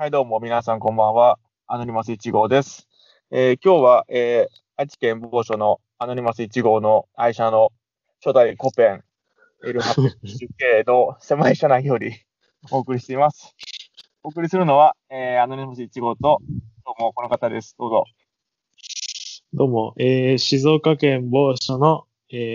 はい、どうも、皆さん、こんばんは。アノニマス1号です。今日は、愛知県某所のアノニマス1号の愛車の初代コペン L890K の狭い車内よりお送りしています。お送りするのは、アノニマス1号と、どうも、この方です。どうぞ。 どうも、静岡県某所の、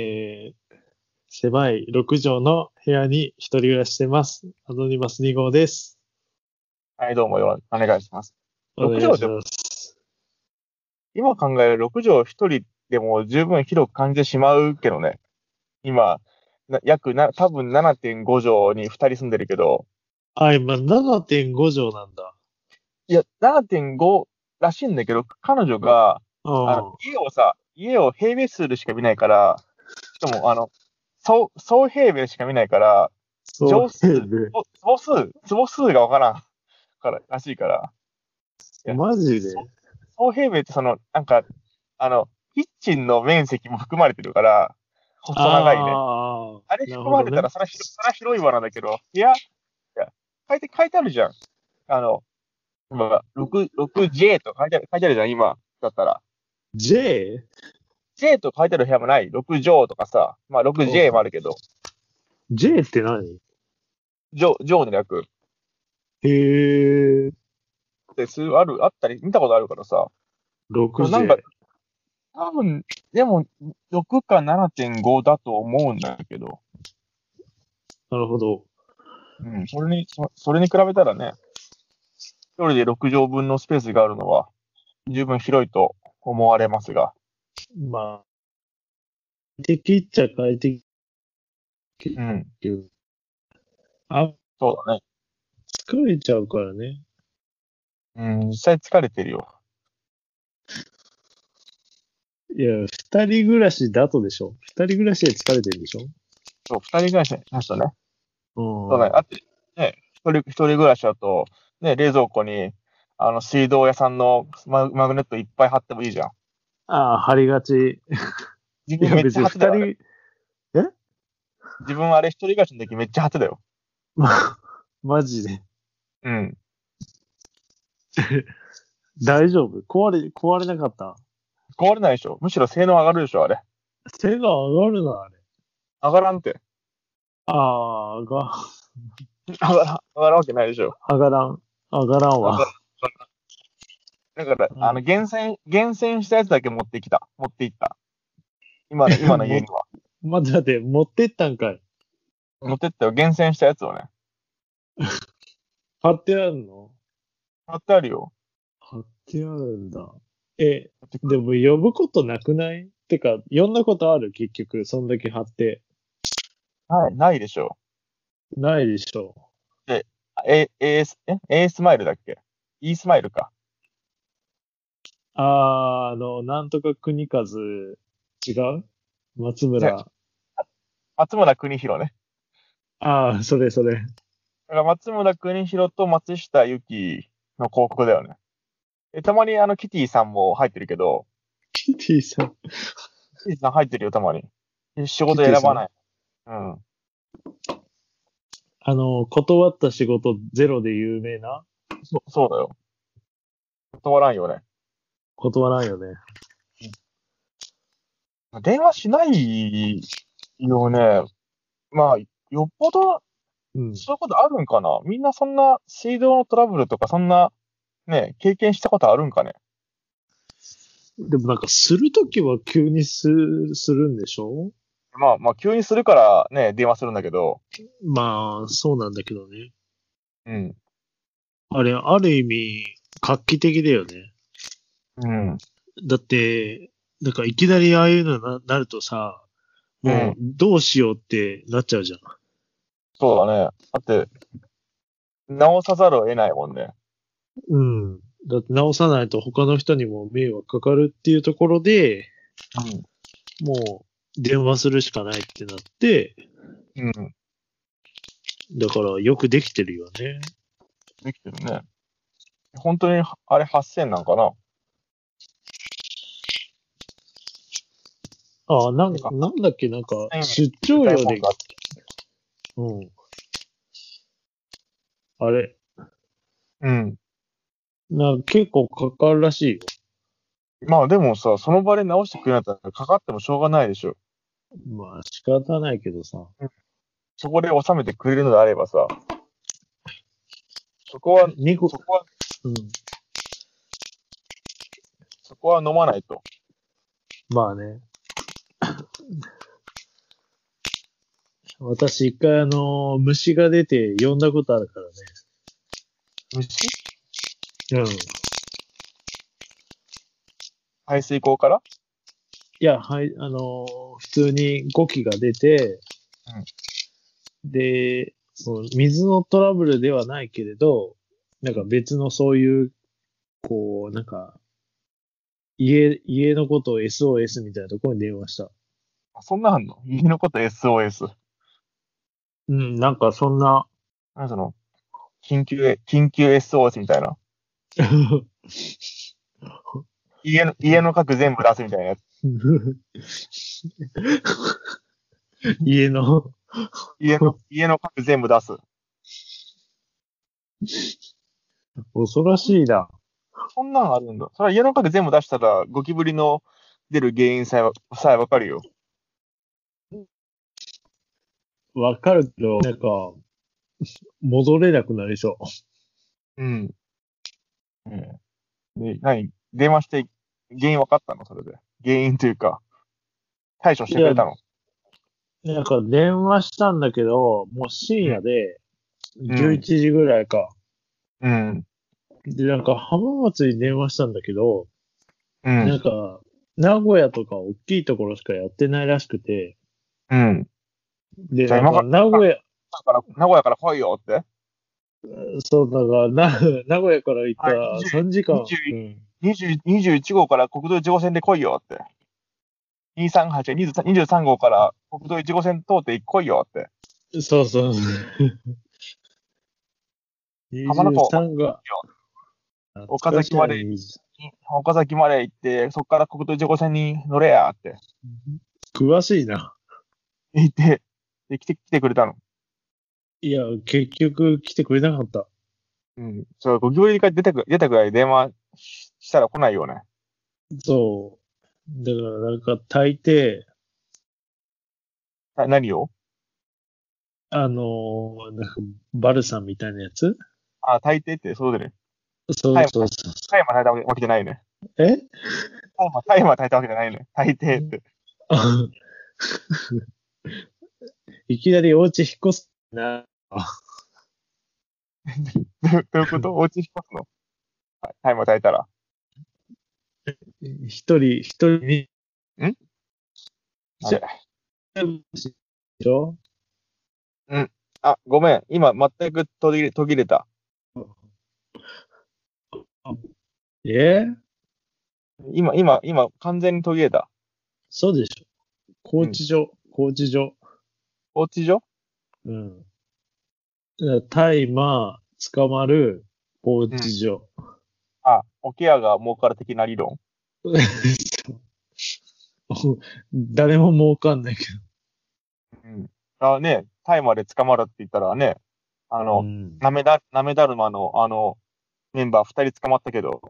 狭い6畳の部屋に一人暮らししてます。アノニマス2号です。 はい、どうもお願いします。 お願いし 6畳で、 ます。 今考える6畳1人でも十分広く感じてしまうけどね。今、多分7.5畳に2人住んでるけど、 あ、今7.5畳なんだ。 いや、7.5らしいんだけど、彼女が、 ああ、 家を平米数でしか見ないから、しかも、総平米しか見ないから、 そう、平米。 坪数がわからんらしいから、いや、 マジで。 総平米ってキッチンの面積も含まれてるから、細長いね。 ああ、 あれなるほどね。 含まれたら、そら広いわなんだけど、いや、書いてあるじゃん。あの、今、6J と書いてあるじゃん、今。だったら。 J? J と書いてある部屋もない？ 6 畳とかさ。まあ 6J もあるけど、 J って何？ 畳の略へえ、 ってあったり、見たことあるからさ。でもなんか、 6J。 多分、でも、6か7.5だと思うんだけど、 なるほど。 うん、それに比べたらね、一人で6畳分のスペースがあるのは、十分広いと思われますが、 まあ、快適っちゃ快適うん、 けど、あ、 そうだね。 疲れちゃうからね。 うん、実際疲れてるよ。 いや、二人暮らしだとでしょ？二人暮らしで疲れてるでしょ？ そう、二人暮らしの人ね。 うそうね。 ん。 あって、ね、一人暮らしだと、ね、冷蔵庫に、水道屋さんのマグネットいっぱい貼ってもいいじゃん。 ああ、張りがち。いや、 自分めっち別にゃ貼ってたよ、あれ。 二人、え自分あれ一人暮らしの時めっちゃ貼ってたよ。 マジで。 うん。 大丈夫？壊れなかった？ 壊れないでしょ。むしろ性能上がるでしょ、あれ。 手が上がるな、あれ。 上がらんって。 ああ、 上がるわけないでしょ。 上がらん。上がらんわ。 上がる。だから、 うん。 厳選したやつだけ持っていった。今の家には。 待って待って、持ってったんかい。 持ってったよ。厳選したやつをね。 貼ってあるの？ 貼ってあるよ。 貼ってあるんだ。でも呼ぶことなくない？てか、呼んだことある？結局、そんだけ貼って。 はい、ないでしょ。 ないでしょ。 で、A スマイルだっけ？ E スマイルか。 なんとか国和、違う？松ね、 村。 松村邦弘ね。 ああ、それそれ。 だから松村邦弘と松下由紀の広告だよね。たまにキティさんも入ってるけど、 キティさん。 キティさん入ってるよ、たまに。仕事キティさん。 選ばない。うん。 断った仕事ゼロで有名な？ そうだよ。断らんよね。 断らんよね。 電話しないよね。まあ、よっぽど、 うん。 そういうことあるんかな。みんなそんな水道のトラブルとか、そんな、ね、経験したことあるんかね。 でもなんか、するときは急にするんでしょ？ まあ、急にするからね、電話するんだけど、 まあ、そうなんだけどね。 うん。 あれ、ある意味、画期的だよね。 うん。 だって、なんかいきなりああいうのなるとさ、もううん。 どうしようってなっちゃうじゃん。 そうだね。だって、直さざるを得ないもんね。 うん。だって直さないと他の人にも迷惑かかるっていうところで、 うん。 もう電話するしかないってなって、 うん。 だからよくできてるよね。 できてるね。本当に、あれ8000なんかな。てか、 なんだっけ、なんか、 1000円出張歌い料で、 文句あって。 うん。あれ、 うん。 結構かかるらしいよ。 まあでもさ、その場で直してくれなかったらかかってもしょうがないでしょ。 まあ仕方ないけどさ。 うん。そこで収めてくれるのであればさ、そこは、 2個、 そこは、 うん。 そこは飲まないと。 まあね。私一回虫が出て呼んだことあるから虫ね。うん。 排水口からいや、はい、普通にゴキが出て、 うん。 で、その水のトラブルではないけれど、なんか別のそういう、こう、なんか、家のことを SOS みたいなところに電話した。 あ、そんなあんの？家のこと SOS。 うん、なんかそんな、 なんその、緊急 SOS みたいな。家の核全部出すみたいなやつ。 家の、 家の核全部出す。 恐ろしいな。 そんなんあるんだ。それは家の核全部出したら、ゴキブリの出る原因さえわかるよ。 わかるけど、なんか、戻れなくなりそうん。うん。で、電話して原因わかったのそれで。原因というか、対処しう。いや、 てくれたの？ なんか電話したんだけど、もう深うん。 夜で、11 うん。 時ぐらいか。 うん。 で、なんか浜松に電話したんだけど、 うん。 なんか、名古屋とか大きいところしかやってないらしくて、 うん。 で、 じゃあなんか名古屋から来いよって。 そう、だから名古屋から行ったはい、 ら3時間、う 20、 ん。 21号から国道1号線で来いよって。238、23号から国道1号線通って来いよって。 そうそう。 浜名湖、 23が、懐岡かしいな、 崎まで、岡崎まで行って、そこから国道1号線に乗れやって。 詳しいな。 言って、で、来てくれたの。 いや、結局来てくれなかった。 うん。そう、ゴキブリが出たぐらい電話したら来ないよね。 そう。だからなんか大抵、 何を？ なんかバルサンみたいなやつ。 あ、大抵ってそうでね。 そうそうそタイマー炊いたわけじゃないね。 う。えタイマー炊いたわけじゃないね。大抵って。 いきなりお家引っ越すな。 どういうことお家引っ越すの？タイマー炊いたら。 一人にんあれ。 しでしょ。 うん。あ、ごめん。今、全く途切れた。 え今、完全に途切れた。 そうでしょ。 うん。 拘置所。 お家所？ うん。だから大麻、捕まる、拘うん。 置所。 あ、オケアが儲かる的な理論。 誰も儲かんないけうん。あ、ね、タイマーで捕まるって言ったらね、あど。うの、 ん。 なめだるまの、メンバー二人捕まったけど、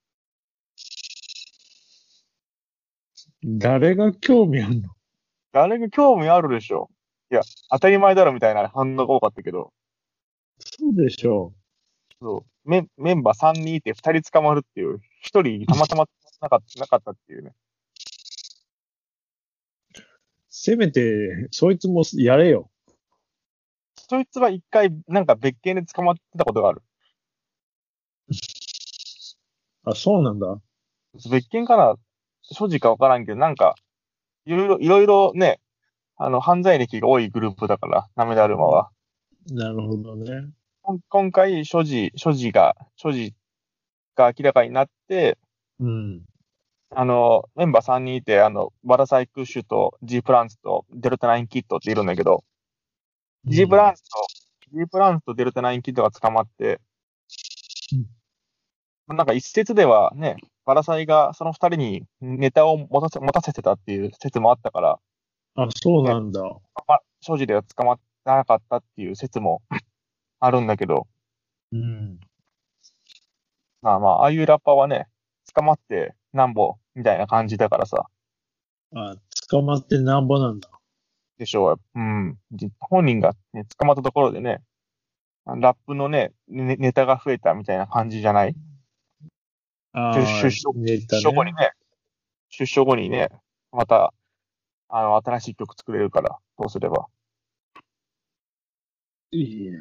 誰が興味あんの？ 誰が興味あるでしょ？いや、当たり前だろみたいな反応が多かったけど、 そうでしょそう、メンバー3人いて2人捕まるっていう、1人たまたまなかったっていうね。 せめて、そいつもやれよ。 そいつは一回、なんか別件で捕まってたことがある。 あ、そうなんだ。 別件かな所持かわからんけど、なんか、いろいろね、犯罪歴が多いグループだから、なめだるまは。 なるほどね。 今回、所持が明らかになって、 うん。 メンバー3人いて、バラサイク種と G プランツとデルタナインキットっているんだけど、 う G プラん。 ンツと、G プランツとデルタナインキットが捕まって、なんか一説ではね、バラサイがその二人にネタを持たせてたっていう説もあったから、 あ、そうね、 なんだ。 所持では捕まらなかったっていう説もあるんだけど、 うん。 まあまあ、ああいうラッパーはね、捕まってなんぼみたいな感じだからさ、 あ、捕まってなんぼなんだ。 でしょう。うん。本人が、ね、捕まったところでね、ラップのね、ネタが増えたみたいな感じじゃない？ ああ、 出ネタね。 所後にね、出所後にね、また、新しい曲作れるから、どうすれば。 いや、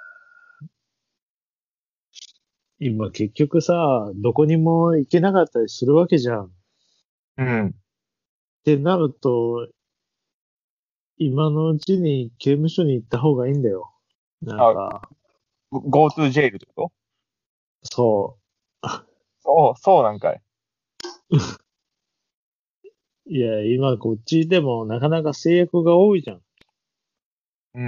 今結局さ、どこにも行けなかったりするわけじゃん。っうん。 てなると、今のうちに刑務所に行った方がいいんだよ。なんあ、 か、 go to jail ってこと？ そそうなんかい。 う。いや、今こっちでもなかなか制約が多いじゃん。っうん。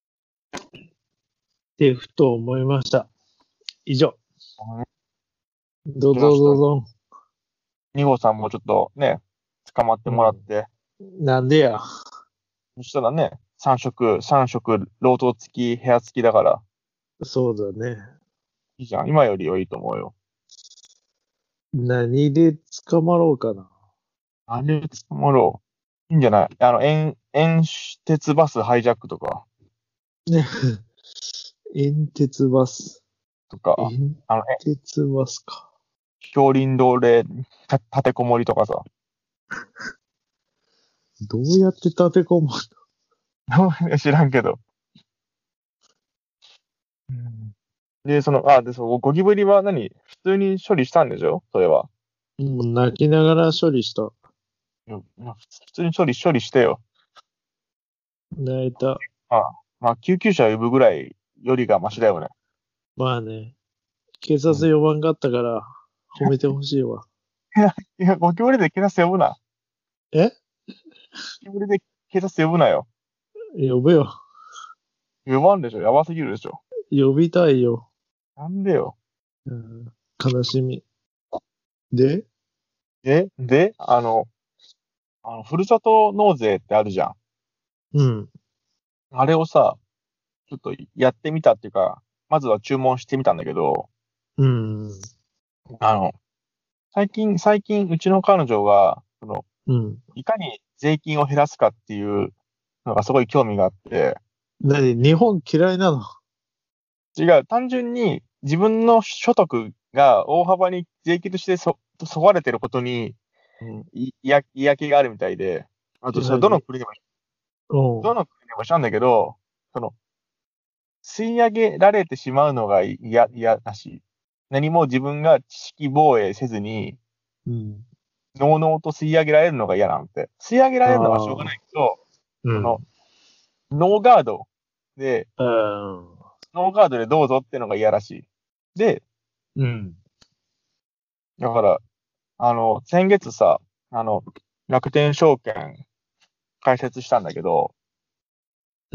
てふと思いました。以上。どうぞじゃあちょっと、 どうぞ。 二号さんもちょっとね、捕まってうん。 もらって、 なんでや。 そしたらね、三食、ロート付き、部屋付きだから、 そうだね。 いいじゃん。今よりはいいと思うよ。 何で捕まろうかな。 あれ、捕まろう。いいんじゃない？遠鉄バスハイジャックとか、 ね。煙鉄バス。 とか、 煙鉄バスか。 氷林堂で立てこもりとかさ。 どうやって立てこもる？ 知らんけど。うん。で、ゴキブリは普通に処理したんでしょそれは。 もう泣きながら処理した。 普通に処理してよ。 泣いた。 まあ、まあ、救急車呼ぶぐらいよりがマシだよね。 まあね。警うん。 察呼ばんかったから褒めてほしいわ。 ゴキブリで警察呼ぶな。 えゴキブリで警察呼ぶなよ。 呼べよ。 呼ばんでしょ。やばすぎるでしょ。 呼びたいよ。 なんでよ。 うん、悲しみ。で、 で、ふるさと納税ってあるじゃん。 うん。 あれをさ、ちょっとやってみたっていうか、まずは注文してみたんだけど、 うん。 あの、最近、うちの彼女が、 うん。 いかに税金を減らすかっていうのがすごい興味があって、 日本嫌いなの？ 違う、単純に自分の所得が大幅に税金としてそがれてることに、嫌気があるみたいで、あと、それ何？うん。 どの国でも一緒なんだけど、その、吸い上げられてしまうのが嫌だし、何も自分が知識防衛せずに、 うん。 のうのうと吸い上げられるのが嫌なんて。吸い上げらあれるのはしょうがなあ。 いけど、その、 うん。 ノーガードで、 うん。 ノーガードでどうぞっていうのが嫌らしい。で、 うん。 だから、先月さ、楽天証券開設したんだけど、 うん。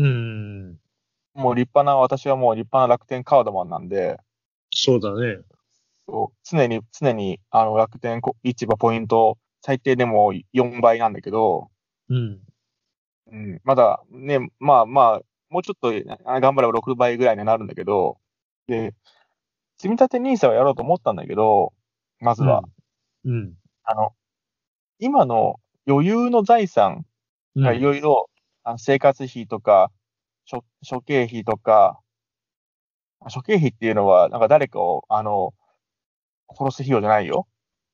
私はもう立派な楽天カードマンなんで、 そうだね。 常に、楽天市場ポイント、最低でも4倍なんだけど、 うん。 うん、まだね、まあまあ、もうちょっと頑張れば6倍ぐらいになるんだけど、で、積み立て NISA をやろうと思ったんだけど、まずは、 うん。うん。 あの、今の余裕の財産がいうん。 ろいろ、生活費とか、諸経費とか、諸経費っていうのは、なんか誰かを、殺す費用じゃないよ。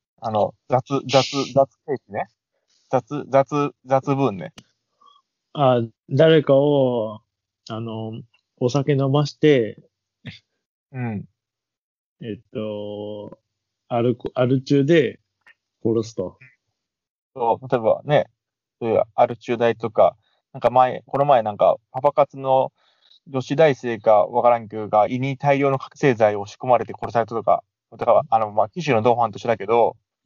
雑経費ね。雑分ね。 あ、誰かを、あの、お酒飲まして、 うん。 えっアル中で殺すと。 例えばね、そういうアル中大とか、この前パパ活の女子大生かわからんけど胃に大量の覚醒剤を仕込まれて殺されたとか、だから、まあ、騎手の同伴と一緒だけど、 うん。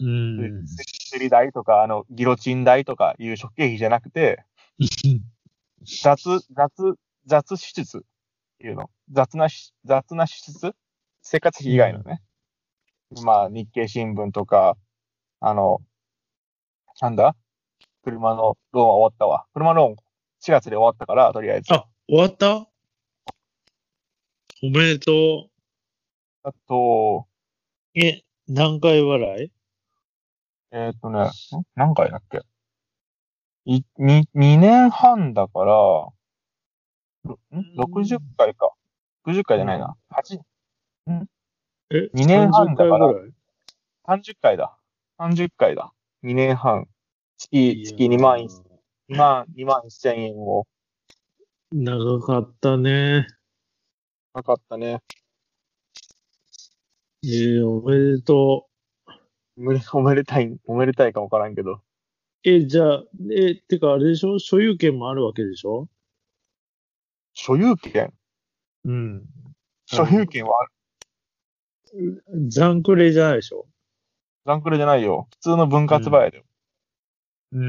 釣り代とか、ギロチン代とかいう諸経費じゃなくて、雑、雑、雑支出っていうの。雑な支出生活費以外のうん。 ね。まあ、日経新聞とか、あの、なんだ車のローンは終わったわ。車のローン4月で終わったから、とりあえず。 あ、終わった？おめでとあと、 何回笑い？ 何回だっけ2年半だから、60回か。60回じゃないな。8、2年 30 半だから回ぐらい？ 30回だ。30回だ。2年半。月いやー、 2万1000円を長かったね。 かかったね。 おめでとおめでたいかもわからんけど。 う。じゃあ、てかあれでしょ？所有権もあるわけでしょ？ 所有権うん。 所有権はある。 ザンクレじゃないでしょ？ ランクルじゃないよ。普通の分割売買だよ。 うん。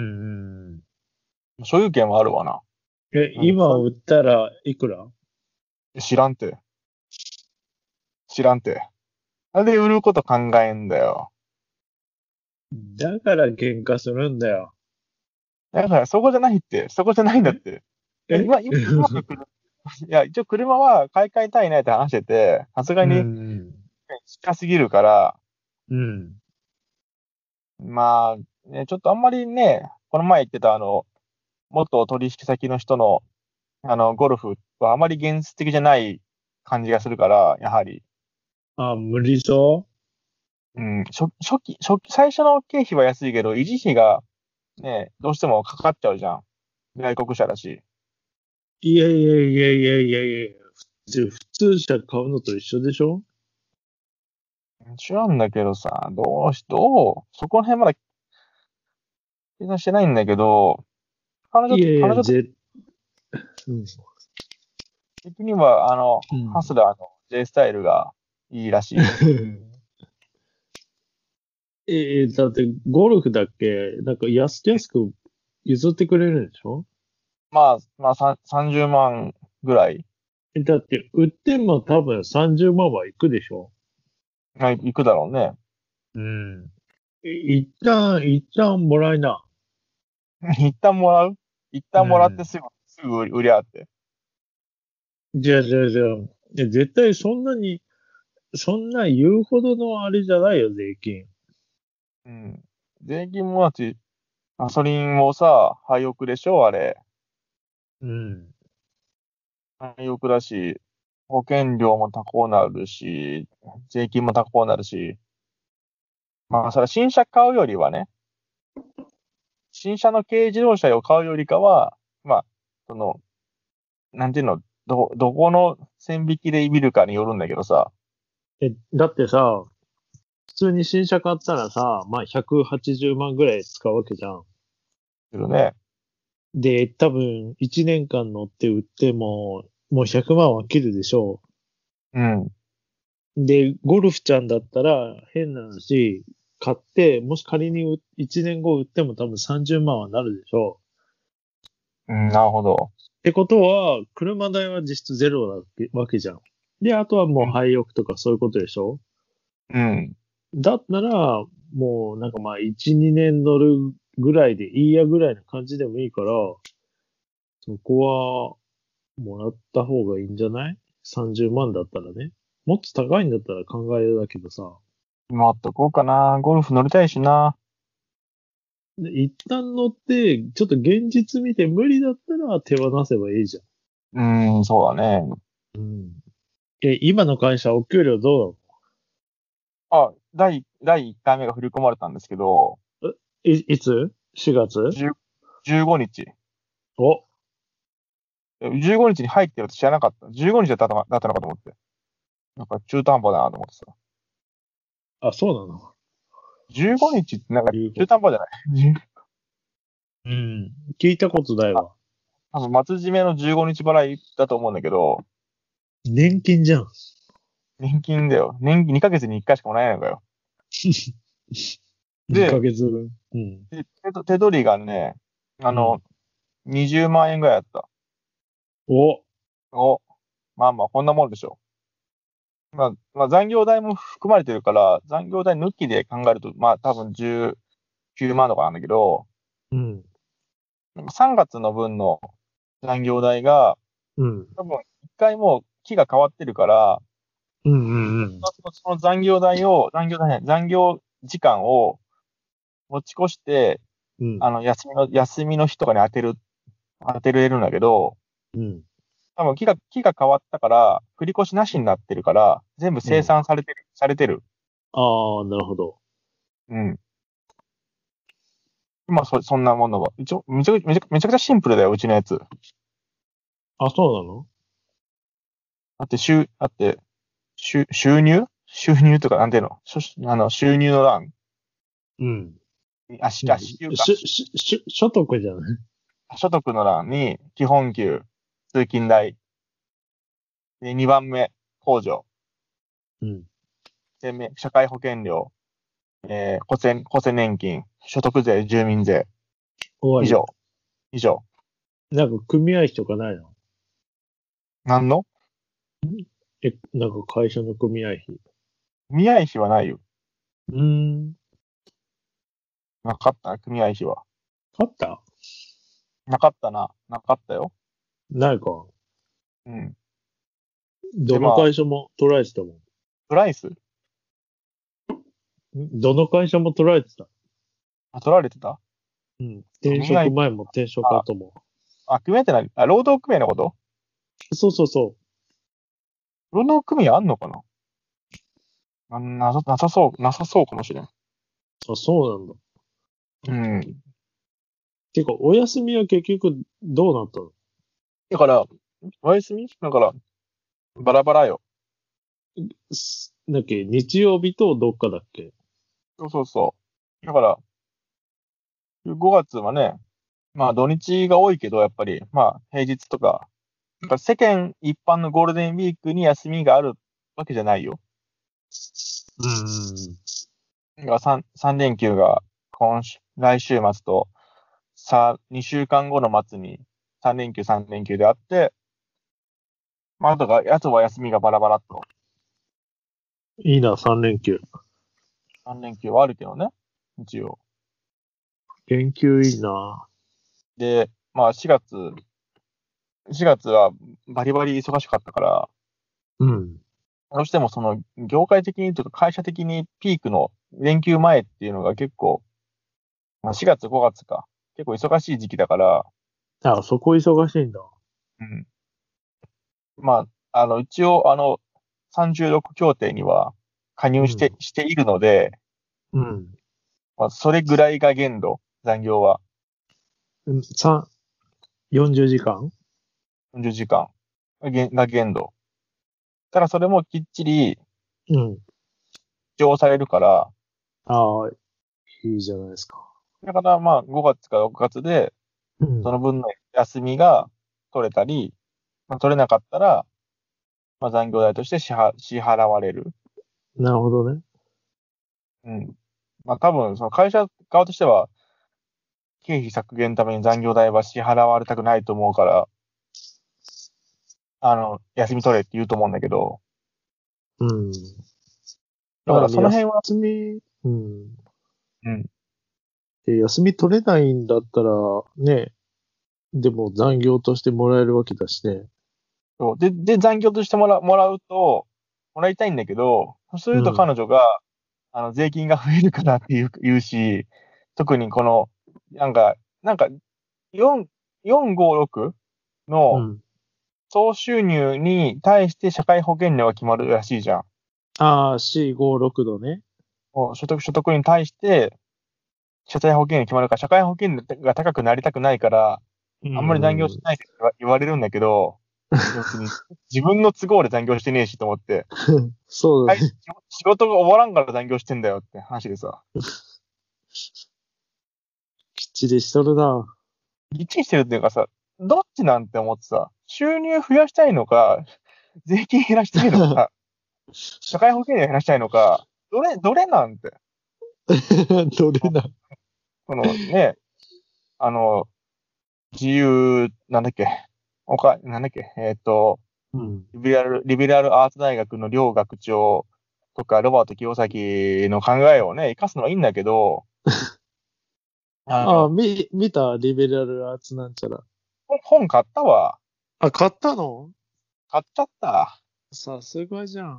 所有権はあるわな。 今売ったらいくら？ 知らんて。知らんて。なんで売ること考えんだよ。 だから喧嘩するんだよ。 だからそこじゃないって。そこじゃないんだって。 え今の車、いや、一応車は買い替えたいねって話してて、さすがうにん。 近すぎるから、 うん。 まあ、ね、ちょっとあんまりね、この前言ってた元取引先の人の、ゴルフはあまり現実的じゃない感じがするから、やはり、 あ、無理そうん、初期、最初の経費は安いけど、維持費がね、どうしてもかかっちゃうじゃん。外国車だし。 う？いや。普通車買うのと一緒でしょ？ 違うんだけどさ、どうそこら辺まだ計算してないんだけど、 いやいや、 彼女うん。 的には、 うん。 ハスラーの J スタイルがいいらしいよ。 だって、ゴルフだっけなんか安く譲ってくれるんでしょ？ まあ、30万ぐらい、 だって、売っても多分30万はいくでしょ？ まあ、いくだろうね。 うん。一旦もらいな。 一旦もらう一う旦もらってん。 すぐ売りゃって。 じゃあ。絶対そんな言うほどのあれじゃないよ、税金。 うん。税金もだし、ガソリンもさ、廃屋でしょあれ。 うん。 廃屋だし、保険料も高くなるし、税金も高くなるし。まあ、それは新車買うよりはね、新車の軽自動車を買うよりかは、まあ、その、なんていうの、どこの線引きで見るかによるんだけどさ、 だってさ、普通に新車買ったらさ、まあ180万ぐらい使うわけじゃん。 するね。 で、多分1年間乗って売っても、もう100万は切るでしょうん。 う。で、ゴルフちゃんだったら変な話、買って、もし仮に1年後売っても多分30万はなるでしょうん、なるほど。 う。ってことは、車代は実質ゼロなわけじゃん。で、あとはもう廃屋とかそういうことでしょ？ うん。 だったら、もうなんかまあ1、2年乗るぐらいでいいやぐらいな感じでもいいから、そこはもらった方がいいんじゃない？ 30 万だったらね。もっと高いんだったら考えだけどさ。 もっとこうかな。ゴルフ乗りたいしな。 で一旦乗って、ちょっと現実見て無理だったら手放せばいいじうん、そうだね。 ゃん。うん。今の会社お給料どあ、第1回目が振り込まれたんですけど、 うなの？いつ？ 4 月？ 10 15日。 お、 15日に入ってると知らなかった。15日だったのかと思って。なんか中途半端だなと思ってさ。 あ、そうなの？ 15日ってなんか中 15。 途半端じゃないうん。聞いたことないわ。 多分末締めの15日払いだと思うんだけど、 年金じゃん。 年金だよ。年金2ヶ月に1回しかもらえないのかよ。 2 で、 ヶ月分。うん。 手取りがね、あうん。 の、20万円ぐらいだった。 お、 お、まあまあ、こんなもんでしょ。まあ残業代も含まれてるから、残業代抜きで考えると、まあ多分19万とかなんだけど、 うん。 3月の分の残業代が、 うん。 多分一回もう期が変わってるから、 うんうんうん。 その残業時間を持ち越して、 うん。 休みの日とかに当てれるんだけど、 うん。 多分期が変わったから、繰り越しなしになってるから、全部生うん。 産されてる。 ああ、なるほど。 うん。まあ、そんなものは。一応、めちゃくちゃシンプルだよ、うちのやつ。 あ、そうなの？ だって、収入とか、なんていうの収入の欄うん。 支給か。 所得じゃない？ 所得の欄に、基本給、通勤代、で、2番目、控除、 うん。 目、社会保険料、厚生年金、所得税、住民税、 終わり。 以上、以上。 なんか組合費とかないの？ 何のなんか会社の組合費。 組合費はないよ。 うーん。 なかったな、組合費は。 あった？ なかったな。なかったよ。 ないか。 うん。で、 どのまあ、 会社も取られてたもん。 プライスどの会社も取られてた。 取られてたうん。転組合、 職前も転職あ、 後も。 組合って何労働組合のこと？ そうそうそ労働組合あんのかな？なさそうかもしれん。 う。あ、そうなんだ。 うん。 てか、お休みは結局どうなったの？ だから、お休みだから、バラバラよ。 だっけ、日曜日とどっかだっけ？ そうそうそう。だから、5月はね、まあ土日が多いけど、やっぱり、まあ平日とか、なんか世間一般のゴールデンウィークに休みがあるわけじゃないよ。 うん。 だから3連休が来週末と、2週間後の末に3連休であって、まあ、あとは休みがバラバラっといいな、3連休。 3連休はあるけどね、一応。 連休いいな。 で、まあ4月はバリバリ忙しかったから、 うん。 どうしてもその業界的にというか会社的にピークの連休前っていうのが結構、まあ、4月5月か、結構忙しい時期だから、 あ、そこ忙しいんだ。 うん。まあ、一応36協定には加入うん。 しているので、 うん。 まあ、それぐらいが限度、残業は。 40時間？ 40時間が限度。ただそれもきっちりうん。 主張されるから、 ああ、いいじゃないですか。 だからまあ5月か6月で、 うん。 その分の休みが取れたり、まあ、取れなかったら、まあ、残業代として支払われる。 なるほどね。 うん。まあ多分、その会社側としては、経費削減のために残業代は支払われたくないと思うから、休み取れって言うと思うんだけど、 うん。 だかまあ、 らその辺は、 うん。 うん。 休み取れないんだったら、ね、でも残業としてもらえるわけだしね。 そうで、残業としてもらいたいんだけど、そうするとうん。 彼女が、税金が増えるからって言うし、特にこの、なんか、456のうん。 総収入に対して社会保険料が決まるらしいじゃん。 ああ、456度ね。 所得に対して社会保険料決まるから、社会保険料が高くなりたくないから、 うあんまり残業しん。 ないで言われるんだけど、別に自分の都合で残業してねえしと思って、はい、 そうだね。 仕事が終わらんから残業してんだよって話でさ、 きっちりしとるな。 ぎっちりしてるっていうかさ、どっちなんて思ってさ、収入増やしたいのか、税金減らしたいのか、社会保険料減らしたいのか、どれなんて。 どれな。 このね、あの、なんだっけ、なんだっけ、 うん。 リベラルアーツ大学の両学長とか、ロバート清崎の考えをね、活かすのはいいんだけど、あああ、 の、 見たリベラルアーツなんちゃら。 本買ったわ。 あ、買ったの？ 買っちゃった。 さすがじゃん。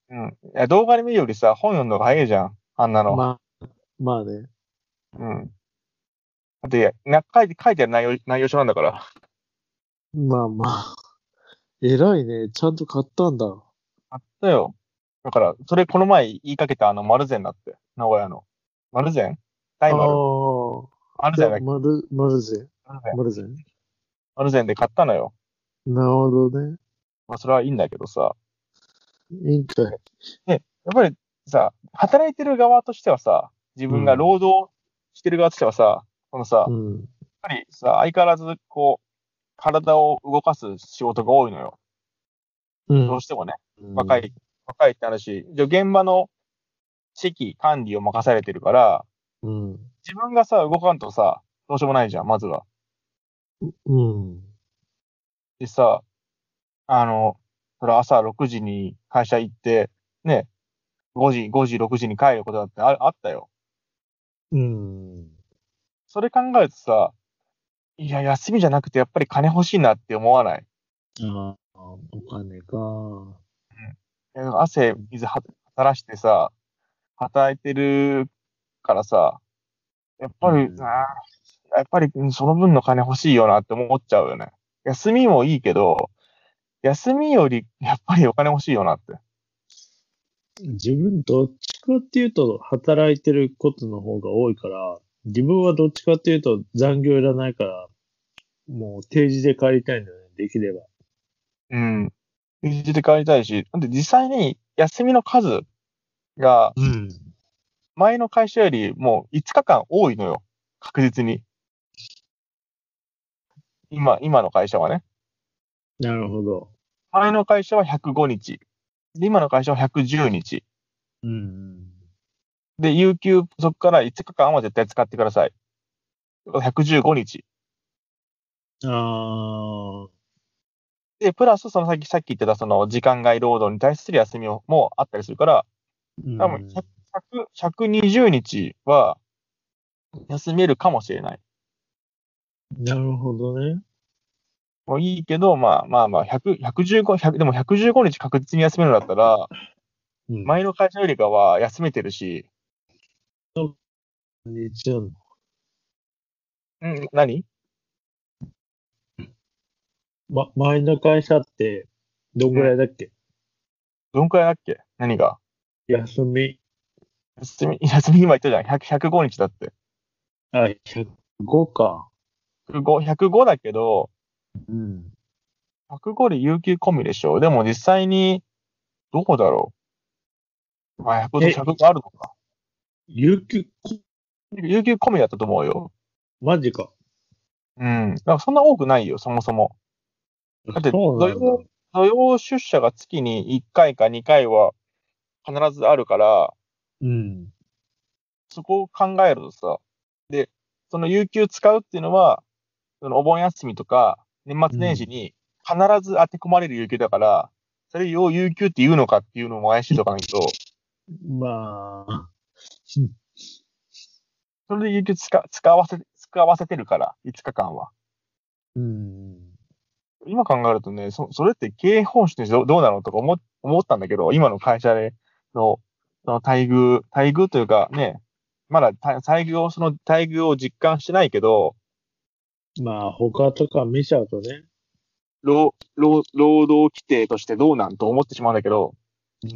うん。いや、動画で見るよりさ、本読んだ方が早いじゃん。あんなの。 まあね。 うん。だって、書いてある内容書なんだから。 まあまあ。偉いね。ちゃんと買ったんだ。 あったよ。だから、それこの前言いかけた丸善だって。名古屋の。丸善大あ丸あ。いや、 丸善だっけマルゼン。 丸善。 マルゼン。 丸善で買ったのよ。 なるほどね。 まあ、それはいいんだけどさ。 いいんかい。 で、やっぱりさ、働いてる側としてはさ、自分がうん。 労働してる側としてはさ、このさ、やっうん。 ぱりさ、相変わらず、こう、体を動かす仕事が多いのよ。 うん。 どうしてもね。 うん。 若いって話。じゃ現場の指揮、管理を任されてるから、 うん。 自分がさ、動かんとさ、どうしようもないじゃん、まずは。 うん。 でさ、それ朝6時に会社行って、ね、5時、6時に帰ることだってあったよ。 うん。 それ考えるとさ、いや、休みじゃなくてやっぱり金欲しいなって思わない？ ああ、お金か。 うん。汗水は垂らしてさ、働いてるからさ、やっぱり、 うん。 やっぱりその分の金欲しいよなって思っちゃうよね。休みもいいけど、休みよりやっぱりお金欲しいよなって。 自分どっちかっていうと、働いてることの方が多いから、自分はどっちかっていうと残業いらないから、もう定時で帰りたいんだよね、できれば。 うん。平日で帰りたいし、で実際に休みの数がうん。 前の会社よりもう5日間多いのよ。確実に。今の会社はね。 なるほど。 前の会社は105日。で、今の会社は110日。 うん。 で、有給、そこから5日間は絶対使ってください。115日。 ああ、 で、プラス、そのさっき言ってた、その時間外労働に対する休みもあったりするから、 う多分ん。 120日は休めるかもしれない。 なるほどね。 もういいけど、100、115、100、でも115日確実に休めるんだったら、 うん。 前の会社よりかは休めてるし、 日曜の。 うん、何前の会社って、どんぐうん。 らいだっけ？ どんくらいだっけ何が休み、 休み今言ったじゃん。105日だって。 105か。 105だけど、 うん。 105で有給込みでしょ。でも実際に、どこだろう。まあ、 え、 105あるのか。 有給、 有給込みだったと思うよ。 マジか。 うん。だからそんな多くないよ、そもそも。だって、 そうなんだ。 土曜出社が月に1回か2回は必ずあるから、 うん。 そこを考えるとさ、で、その有給使うっていうのは、そのお盆休みとか、年末年うん。 始に必ず当て込まれる有給だから、それを有給って言うのかっていうのも怪しいとかないと、 まあ、 それで有給使わせてるから、5日間は。 うん。 今考えるとね、それって経営方針としてどうなのとか思ったんだけど、今の会社での、その待遇というかね、まだその待遇を実感してないけど、 まあ、他とか見ちゃうとね。 労働規定としてどうなんと思ってしまうんだけど、 うん。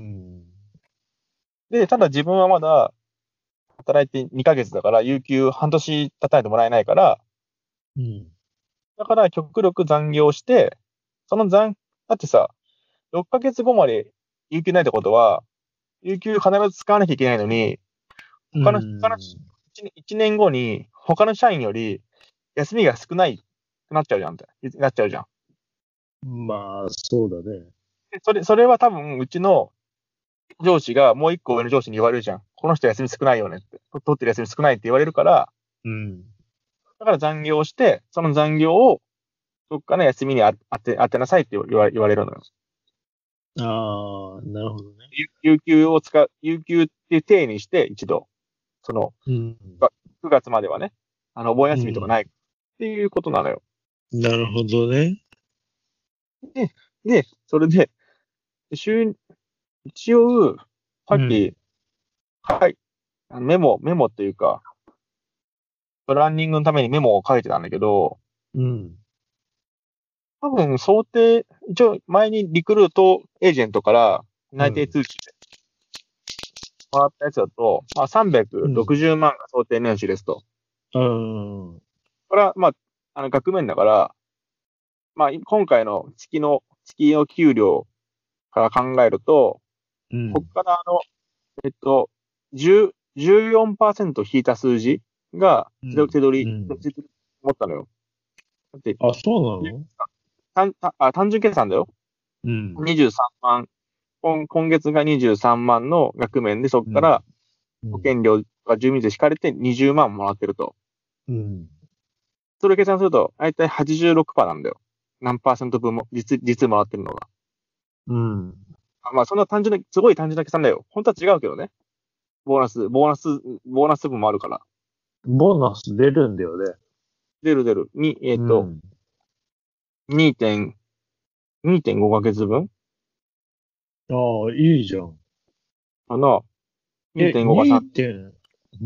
で、ただ自分はまだ働いて2ヶ月だから、有給半年経たないともらえないから、 うん。 だから極力残業して、その残、だってさ、6ヶ月後まで有給ないってことは、有給必ず使わなきゃいけないのに、 う他のん。 1年後に他の社員より休みが少ないってなっちゃうじゃんって。なっちゃうじゃん。 まあ、そうだね。 でそれは多分うちの上司がもう一個上の上司に言われるじゃん。この人休み少ないよねって。取ってる休み少ないって言われるから、 うん。 だから残業をして、その残業をどっかの休みに当てなさいって言われるのよ。 ああ、なるほどね。 有給って体にして一度、その、 うん。 9月まではね、お盆うん。 休みとかないっていうことなのよ。 なるほどね。 で、それで、週、 一応、さっうき、はい、メモっていうか、プランニングのためにメモを書いてたんだけど、 うん。 多分想定、一応前にリクルートエージェントから内定通知でもらったやつだと、まあ360万が想定年収ですと。 うん。 これは、まあ、額面だから、まあ、今回の月の給料から考えると、 うん。 ここからえっと、10、14%引いた数字がうん。 手取り持ったのよ。だって、 あ、そうなの？ 単純計算だよ。 うん。 23万、今月が23万の額面で、そこうん。 からうん。 保険料が住民税引かれて20万もらってると。 うん。 それを計算すると、だいたい86%なんだよ。何パーセント分も、実もらってるのが。 うん。 まあ、そんなすごい単純な計算だよ。本当は違うけどね。ボーナス分もあるから。 ボーナス出るんだよね。 出る。 うん。 2.5ヶ月分ああ、いいじゃん。 かな。2.5が3。 2. 点。うん。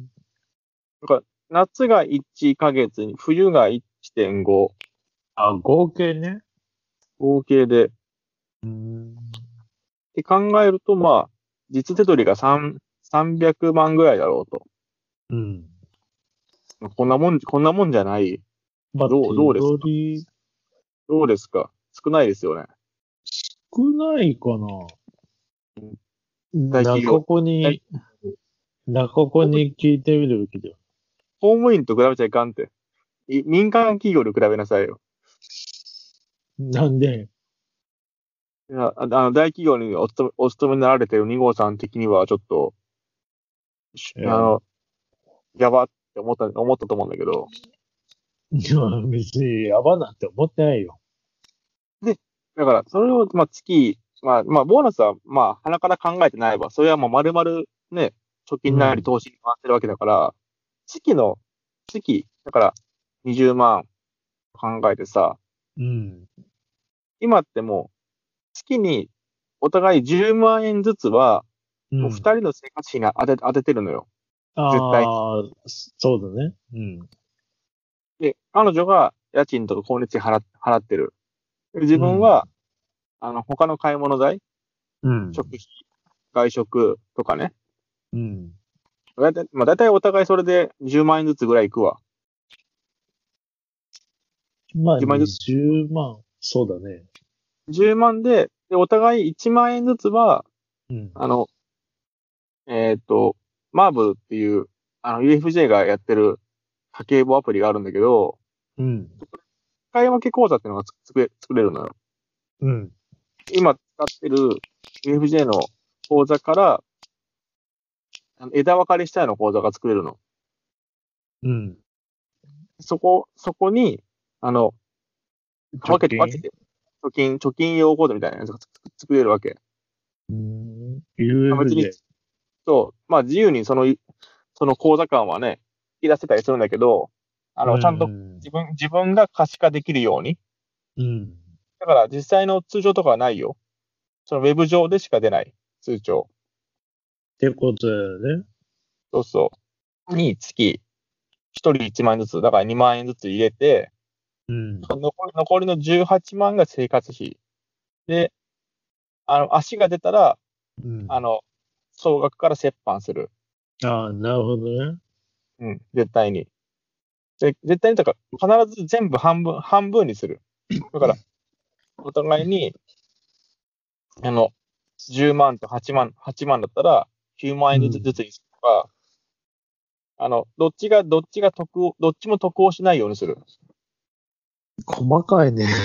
だから夏が1ヶ月に、冬が1.5。 あ、合計ね。 合計で。っうん。 て考えると、まあ、実手取りが300万ぐらいだろうと。 うん。 こんなもんじゃない。 まあ、手どうですか？ 取りどうですか？少ないですよね。 少ないかな。 大企業。大中子に聞いてみるべきだよ。 公務員と比べちゃいかんって。民間企業で比べなさいよ。 なんで？ いや、大企業にお勤めになられてる2号さん的には、ちょっと、 いや、 やばって思ったと思うんだけど。 いや別にやばなって思ってないよ。 で、だから、それを、まあ、ボーナスは、まあ、鼻から考えてないわ。それはもう丸々、ね、貯金なりうん。 投資に回ってるわけだから、月の、だから、20万考えてさ、 うん。 今ってもう、月に、お互い10万円ずつは、もう二うん。 人の生活費に当ててるのよ。絶対に。 ああ、そうだね。うん。 で、彼女が家賃とか光熱費払ってる。で自うん。 分は、他の買い物代、 うん。 食費、外食とかね。 うん。 だいたいお互いそれで10万円ずつぐらいいくわ。 まあ、 10万円ずつ。 20万。そうだね。 10万で、お互い1万円ずつは、 うん。 あの、えっと、マーブルっていう、UFJ がやってる家計簿アプリがあるんだけど、 うん。 使い分け口座っていうのが作れるのよ。 うん。 今使ってる UFJ の口座から、枝分かれしたような口座が作れるの。 うん。 そこに、あの、 貯金。 分けて、貯金用口座みたいなやつが作れるわけ。 うん。 別に、 UFJ。 まあ自由にその口座間はね、引き出せたりするんだけど、 うちゃんとん。 自分が可視化できるように。 うん。 だから実際の通帳とかはないよ。そのウェブ上でしか出ない通帳。 ってことだよね。 そうそう。に月、一人1万円ずつ、だから2万円ずつ入れて、 うん。 残りの18万が生活費。で、足が出たら、 うん。 あの、総額から折半する。 ああ、なるほどね。 うん、絶対に。絶対にとか、必ず全部半分にする。だから、お互いに、あの、10万と8万だったら、9万円ずうん。 つにするとか、どっちも得をしないようにする。 細かいね。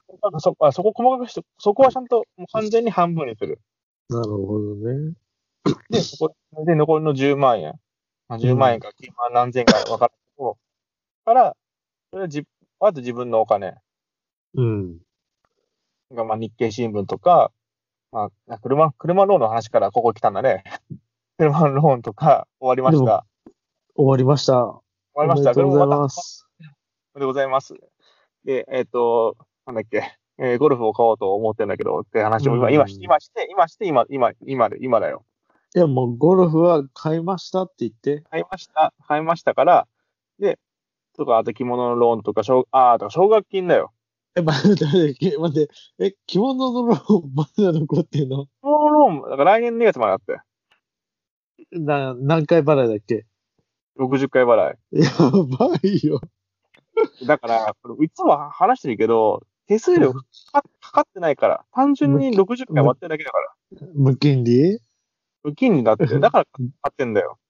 そこはちゃんともう完全に半分にする。 なるほどね。 で、残りの10万円。まあ、10万円うん。 か9万何千か分からんけど、から、それはあと自分のお金うん。 が、まあ、日経新聞とか、まあ、車ローンの話からここ来たんだね。車のローンとか終わりまでも、 した。 終わりました。お終わりました。 めでとうございこれもまた、 ます。 でございます。で、なんだっけ。 ゴルフを買おうと思ってるんだけど、って話を今して、今だよ。 いや、もうゴルフは買いましたって言って。 買いましたから、で、とか、あと着物のローンとか、とか奨学金だよ。 待って。着物のローンまだ残ってんの？ 着物のローン、だから来年2月まであって。 何回払いだっけ？ 60回払い。 やばいよ。 だから、いつも話してるけど、手数料かかってないから、単純に60回割ってるだけだから。 無金利？ 無金利だって、だから買ってんだよ。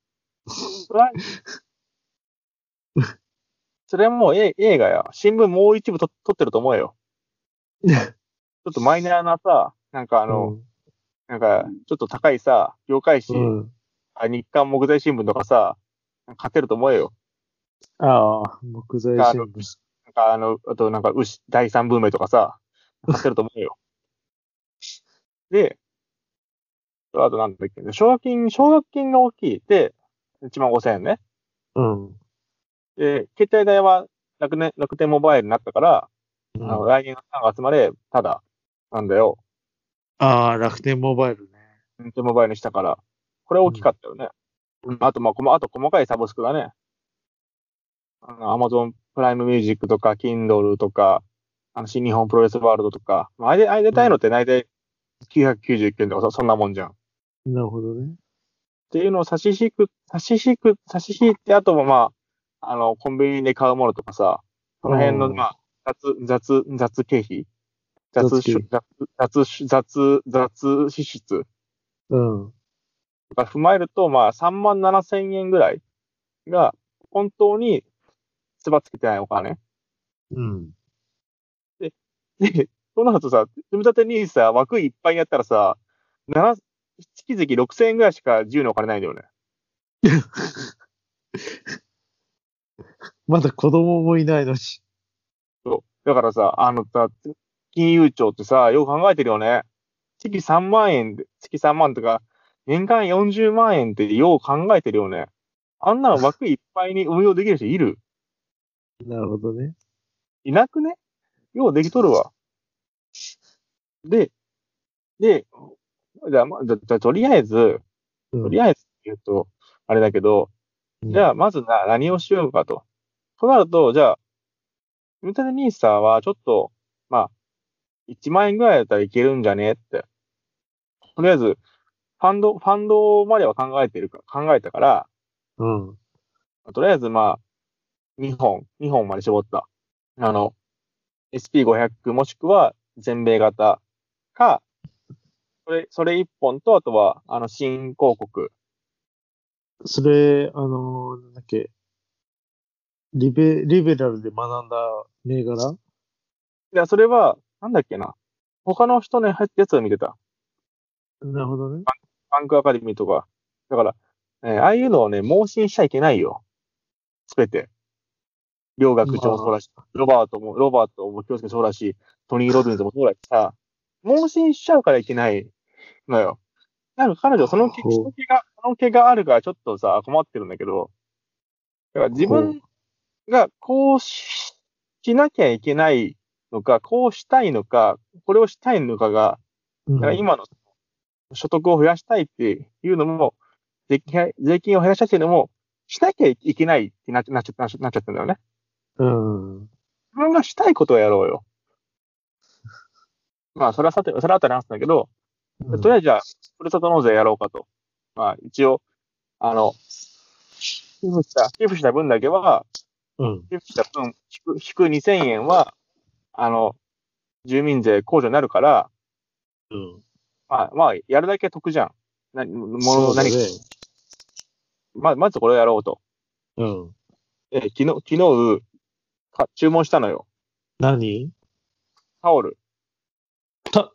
それはもう映画や、新聞もう一部撮ってると思うよ。ちょっとマイナーなさ、なんかなんか、ちょっと高いさ、業界誌、日刊木材新聞とかさ、買ってると思うよ。 ああ、木材新聞。 あと第三ブーメとかさ、買ってると思うよ。で、あとなんだっけ、奨学金が大きい。で、15,000円ね。 うん。 で、携帯代は楽天モバイルになったから、来年の3月まで、ただ、なんだよ。 ああ、楽天モバイルね。 楽天モバイルにしたから、これ大きかったよね。あと、あと細かいサブスクだね。Amazon プライムミュージックとか、Kindle とか、新日本プロレスワールドとか、あれでたいのって大体999円とかそんなもんじゃん。 なるほどね。 っていうのを差し引いて、あとはコンビニで買うものとかさ、その辺の、雑経費雑支出とか踏まえると、37,000円ぐらいが、本当に、つばつけてないお金。で、そうなるとさ、積み立て NISA 枠いっぱいにやったらさ、月々6,000円ぐらいしか自由なお金ないんだよね。 まだ子供もいないのに。 そう。だからさ、金融庁ってさ、よく考えてるよね。月3万とか、年間40万円ってよう考えてるよね。あんなの枠いっぱいに運用できる人いる？ なるほどね。 いなくね？ようできとるわ。で、じゃあ、とりあえず言うと、あれだけど、じゃあ、まず何をしようかと。となると、じゃあ、積み立て NISA はちょっと、1万円ぐらいだったらいけるんじゃねって。とりあえず、ファンドまでは考えたから、とりあえず2本まで絞った。SP500 もしくは全米型か、それ1本と、あとは、新広告。 それ、なんだっけ、リベラルで学んだ銘柄？ いや、それは、なんだっけな。他の人のやつを見てた。 なるほどね。 バンクアカデミーとか。だから、ああいうのをね、盲信しちゃいけないよ。すべて。両学長もそうだし、ロバートも京介もそうだし、トニー・ロビンズもそうだしさ、盲信しちゃうからいけないのよ。なんか彼女、その気があるからちょっとさ、困ってるんだけど、だから自分がこうしなきゃいけないのか、こうしたいのか、これをしたいのかが、だから今の所得を増やしたいっていうのも、税金を減らしたいっていうのも、しなきゃいけないってなっちゃってんだよね。自分がしたいことをやろうよ。それは後で話すんだけど、とりあえずじゃあ、ふるさと納税やろうかと。一応、寄付した分だけは、寄付した分、引く2,000円は、住民税控除になるから、やるだけ得じゃん。まずこれをやろうと。昨日、注文したのよ。 何？ タオル。 タ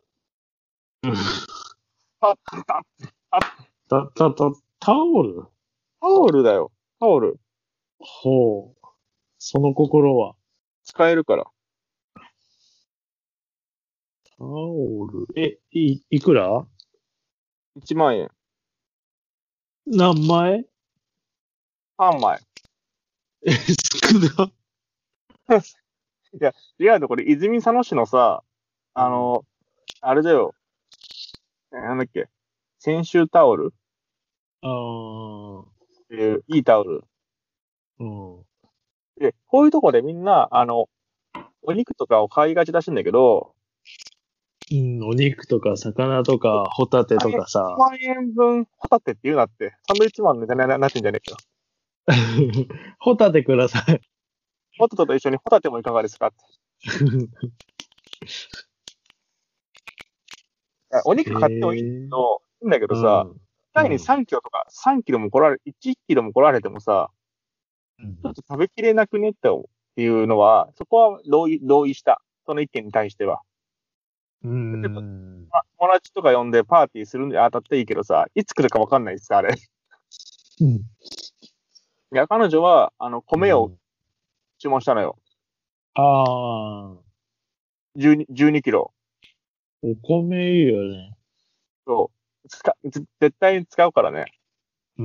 オル？ タオルだよ。タオル。 ほう。その心は？ 使えるから。 タオル。いくら？ 1万円。 何枚？ 3枚。 少な。 いや、違うの、これ、泉佐野市のさ、 あれだよ。なんだっけ。先週タオルああ、 っていう、いいタオル。 うん。 で、こういうとこでみんな、お肉とかを買いがちらしいんだけど、 うん、お肉とか魚とかホタテとか 1 さ。 万円分ホタテって言うなって、サンドイッチマンのネタになってんじゃねえかよ。 ホタテください。 ポテトと一緒にホタテもいかがですかって。お肉買ってもいいんだけどさ、 うん。 単に3キロとか3キロも1キロも来られてもさ、ちょっと食べきれなくねっていうのは、そこは同意した。その意見に対しては。 うん。 友達とか呼んでパーティーするにあたっていいけどさ、いつ来るかわかんないしさ、あれ。 うん。 いや、彼女は、米を注文したのよ。 ああ、 12キロ。 お米いいよね。 そう。絶対に使うからね。 うん。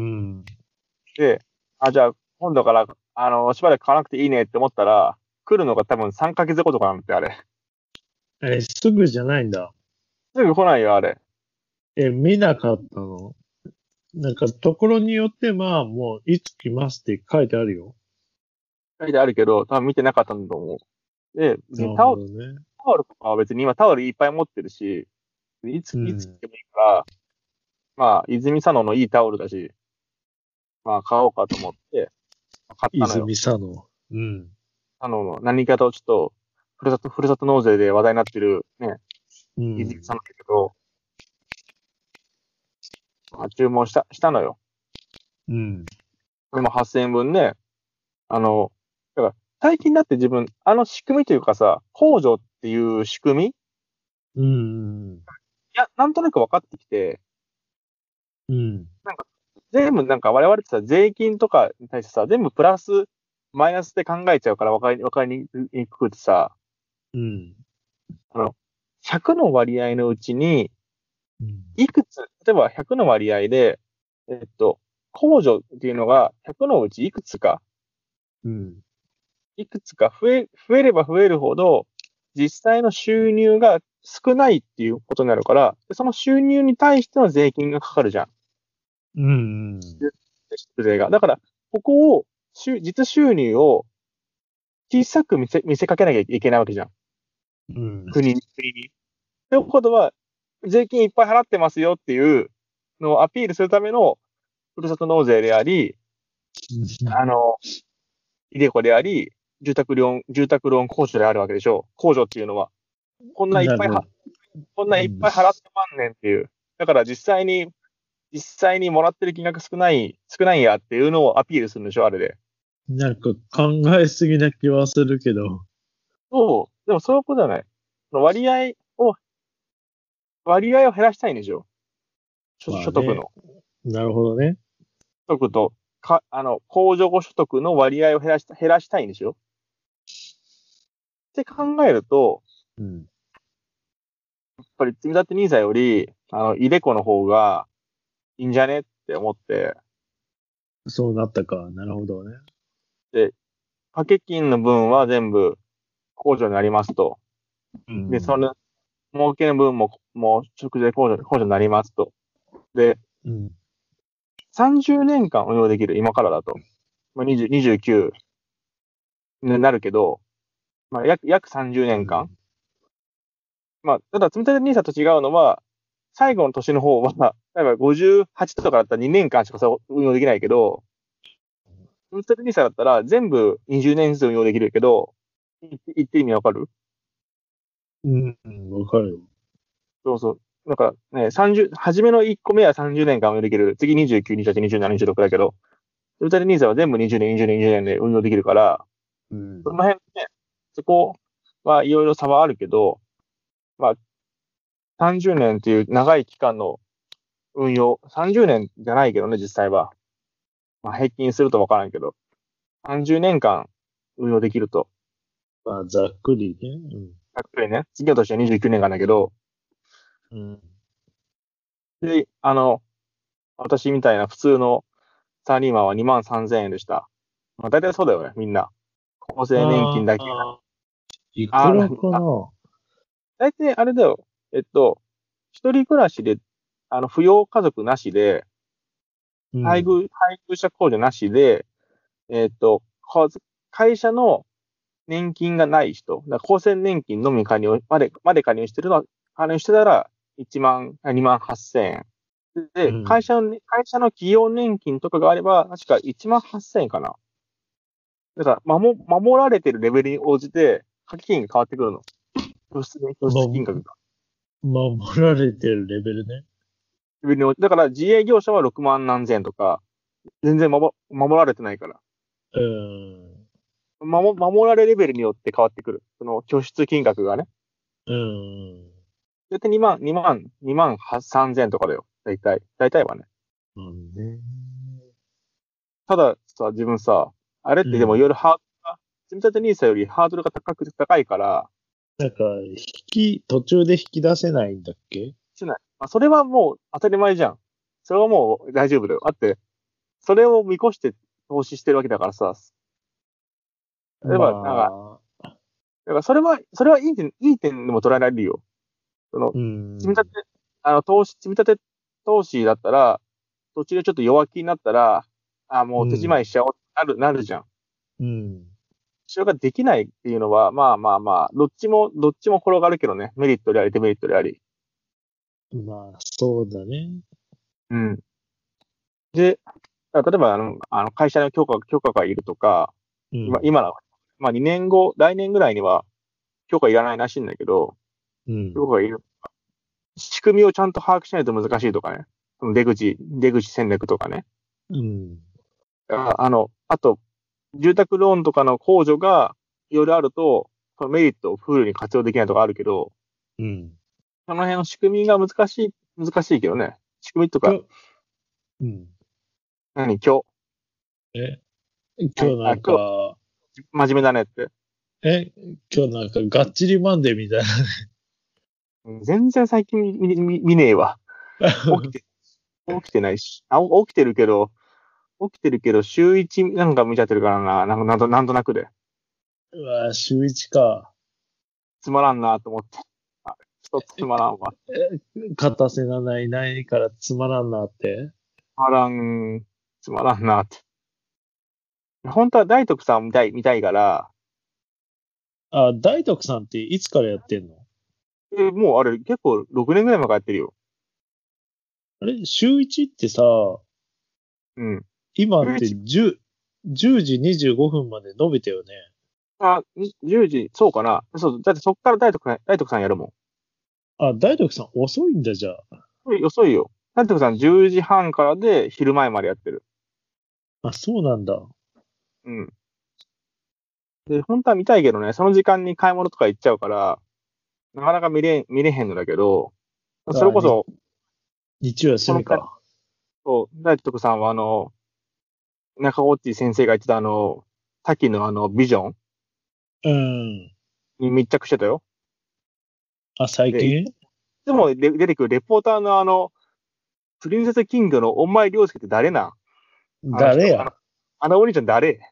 で、じゃあ、今度から、しばらく買わなくていいねって思ったら、来るのが多分3ヶ月後とかなんて、あれ。 すぐじゃないんだ。 すぐ来ないよ、あれ。 見なかったの？なんか、ところによってまあ、もう、いつ来ますって書いてあるよ。 書いてあるけど、多分見てなかったんだと思う。で、 なるタオル、 ほどね。 タオルとかは別に今タオルいっぱい持ってるし、いつ来てもいいから、まあ、泉佐野のいいタオルだし、まあ、買おうかと思って、買ったのよ。 泉佐野。うん。 何かとちょっと、ふるさと納税で話題になってるね、 うん。 泉佐野だけど、まあ、注文したのよ。 うん。 これも8000円分ね、だから最近だって自分、仕組みというかさ、控除っていう仕組みいうん。 や、なんとなく分かってきて、 うん。 なんか、全部なんか我々ってさ、税金とかに対してさ、全部プラス、マイナスで考えちゃうから分かりにくくてさ、 うん。 あの、100の割合のうちに、 うん。 いくつ、例えば100の割合で、控除っていうのが100のうちいくつか、 うん。 いくつか増えれば増えるほど、実際の収入が少ないっていうことになるから、その収入に対しての税金がかかるじゃん。 うん。 税が。だから、ここを、実収入を小さく見せかけなきゃいけないわけじゃん。 うん。 国に。ということは、税金いっぱい払ってますよっていうのをアピールするためのふるさと納税であり、イデコであり、住宅ローン控除であるわけでしょう。控除っていうのは。こんないっぱいは、 なるほど。 こんないっぱい払ってまんねんっていう。だから実際にもらってる金額少ないんやっていうのをアピールするんでしょ、あれで。 なんか考えすぎな気はするけど。 そう。でもそういうことじゃない。その割合を減らしたいんでしょ。 まあね。 所得の。 なるほどね。 所得と、控除後所得の割合を減らしたいんでしょ。って考えると、 うん。 やっぱり積み立て NISA より、イデコの方がいいんじゃねって思って、 そうなったか。なるほどね。 で、掛け金の分は全部控除になりますと。で、 うん。 その儲けの分もう直税控除になりますと。で、 うん。 30年間運用できる、今からだと。まあ、29になるけど、まあ、約30年間。まあ、ただ、積み立て NISA と違うのは、最後の年の方は、例えば58とかだったら2年間しか運用できないけど、積み立て NISA だったら全部20年ずつ運用できるけど、言って意味わかる？ うん。わかるよ。 そうそう。なんかね、初めの1個目は30年間運用できる。次29、28、27、26だけど、積み立て NISA は全部20年、20年、20年で運用できるから、 うん。 その辺ね、そこはいろいろ差はあるけど、まあ、30年っていう長い期間の運用、30年じゃないけどね、実際は。まあ、平均するとわからんけど、30年間運用できると。 まあ、ざっくりね。 ざっくりね、次の年は29年間だけど、 うん。 で、私みたいな普通のサラリーマンは2万3000円でした。まあ、大体そうだよね、みんな。厚生年金だけ。 ああ、いくあ、 らかな？ 大体あれだよ。一人暮らしで、扶養家族なしで、配偶者控除なしで、えっと、か会社の年金がない人、だから厚生年金のみまで加入してるのは、加入してたら2万8000円。で、会社の企業年金とかがあれば、確か1万8000円かな。だから、守られてるレベルに応じて、掛け金が変わってくるの。拠出金額が。 守られてるレベルね。 だから、自営業者は6万何千円とか、全然守られてないから。守られレベルによって変わってくる。その拠出金額がね。だいたい2万3000円とかだよ。大体はね。たださ、自分さ、あれってでもいろいろ積み立て NISA よりハードルが高いから、 なんか、途中で引き出せないんだっけ？ しない。それはもう当たり前じゃん。それはもう大丈夫だよ。だって、それを見越して投資してるわけだからさ。例えば、だからそれはいい点でも捉えられるよ。積み立て、積み立て投資だったら、途中でちょっと弱気になったら、もう手仕まいしちゃおう、なるじゃん。それができないっていうのは、まあ、どっちも転がるけどね。メリットであり、デメリットであり。 まあ、そうだね。 うん。で、例えば、会社の許可がいるとか、今の、2年後、来年ぐらいには許可いらないらしいんだけど、許可がいる。仕組みをちゃんと把握しないと難しいとかね。出口戦略とかね。あと、住宅ローンとかの控除がいろいろあると、そのメリットをフルに活用できないとかあるけど、その辺の仕組みが難しいけどね。仕組みとか。今日なんか、 真面目だねって。 今日なんか、がっちりマンデーみたいな。全然最近見ねえわ。起きてないし。起きてるけど、週一なんか見ちゃってるからな。なんとなくで。 うわ、週1か。 つまらんなと思って。一つつまらんわ。 欠かせないからつまらんなって。 つまらんなって。本当は大徳さん見たいから。 大徳さんっていつからやってんの？ もうあれ結構6年ぐらい前からやってるよ。 あれ、週 1 ってさ、今って10時25分まで伸びたよね。 10時、そうかな。そう、だってそっから大徳さんやるもん。大徳さん遅いんだ、じゃあ。 遅いよ。大徳さん10時半からで昼前までやってる。 そうなんだ。 で、本当は見たいけどね、その時間に買い物とか行っちゃうから、なかなか見れへんのだけど、それこそ、 日曜休みか。 そう、大徳さんは中尾っち先生が言ってた滝のビジョンに密着してたよ。 最近？ でも出てくるレポーターのプリンセスキングの恩前良介って誰なん？ 誰や？ お兄ちゃん誰？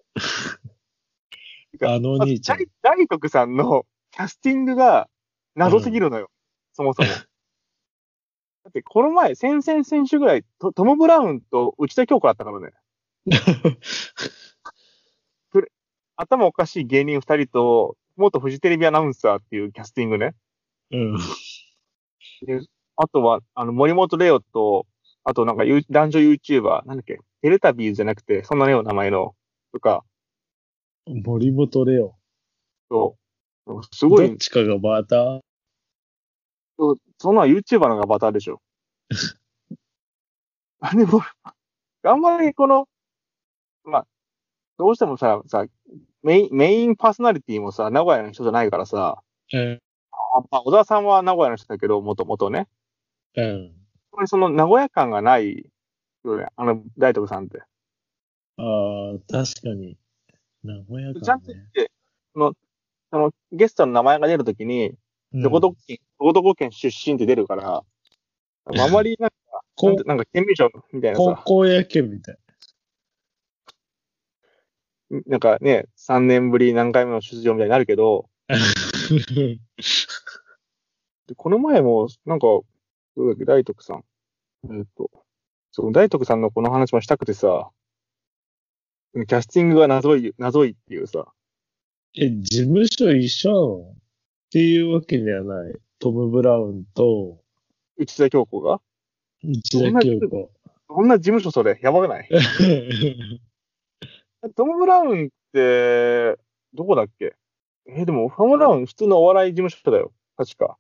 兄ちゃん。 大徳さんのキャスティングが謎すぎるのよ。そもそも。だってこの前、先々選手ぐらいトム・ブラウンと内田恭子だったからね。頭おかしい芸人2人と、元フジテレビアナウンサーっていうキャスティングね。であとは、森本レオと、あとなんか男女 YouTuber、なんだっけ、テレタビーズじゃなくて、そんなような名前の、とか。 森本レオ。 そう。すごい。 どっちかがバター？ そんな YouTuber のがバターでしょ。でも、あんまりどうしてもさ、メインパーソナリティもさ、名古屋の人じゃないからさ、小田さんは名古屋の人だけど、もともとね。その名古屋感がないよね、大徳さんって。 確かに。名古屋感ね。 ちゃんと言って、ゲストの名前が出るときに、どこどこ県出身って出るから、あまりなんか県民賞みたいなさ。 高校野球みたい。 なんかね、3年ぶり何回目の出場みたいになるけど、 で、この前も、なんか、どうだっけ、大徳さん。その大徳さんのこの話もしたくてさ、キャスティングが謎いっていうさ、 事務所一緒なのっていうわけではない。トム・ブラウンと内田恭子が内田恭子。 どんな事務所それやばくないトム・ブラウンって、どこだっけでも、トム・ブラウン普通のお笑い事務所だよ。確か。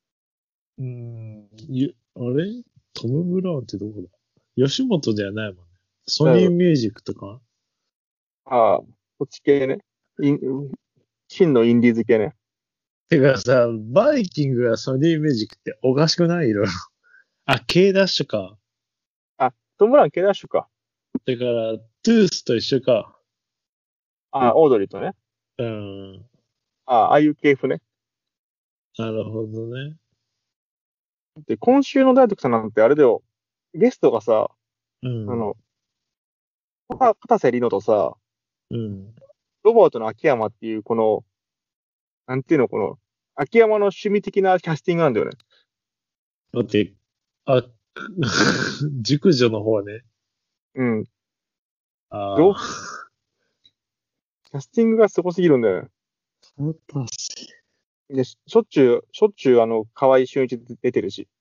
あれトム・ブラウンってどこだ吉本ではないもんね。ソニーミュージックとかああ、こっち系ね。真のインディーズ系ね。 てかさ、バイキングがソニーミュージックっておかしくないいろいろ。あ、K ダッシュか。 あ、トム・ブラウン系ダッシュか。 だから、トゥースと一緒か。 オードリーとね。 うん。 ああいう系譜ね。 なるほどね。 で、今週の大徳さんなんてあれだよ。ゲストがさ、 うん。 片瀬里乃とさ、 うん。 ロバートの秋山っていう、この、なんていうの、この、秋山の趣味的なキャスティングなんだよね。 待って、あ、熟女の方ね。 うん。 ああ。 キャスティングがすごすぎるんだよね。 私。 で、しょっちゅう、河合俊一出てるし。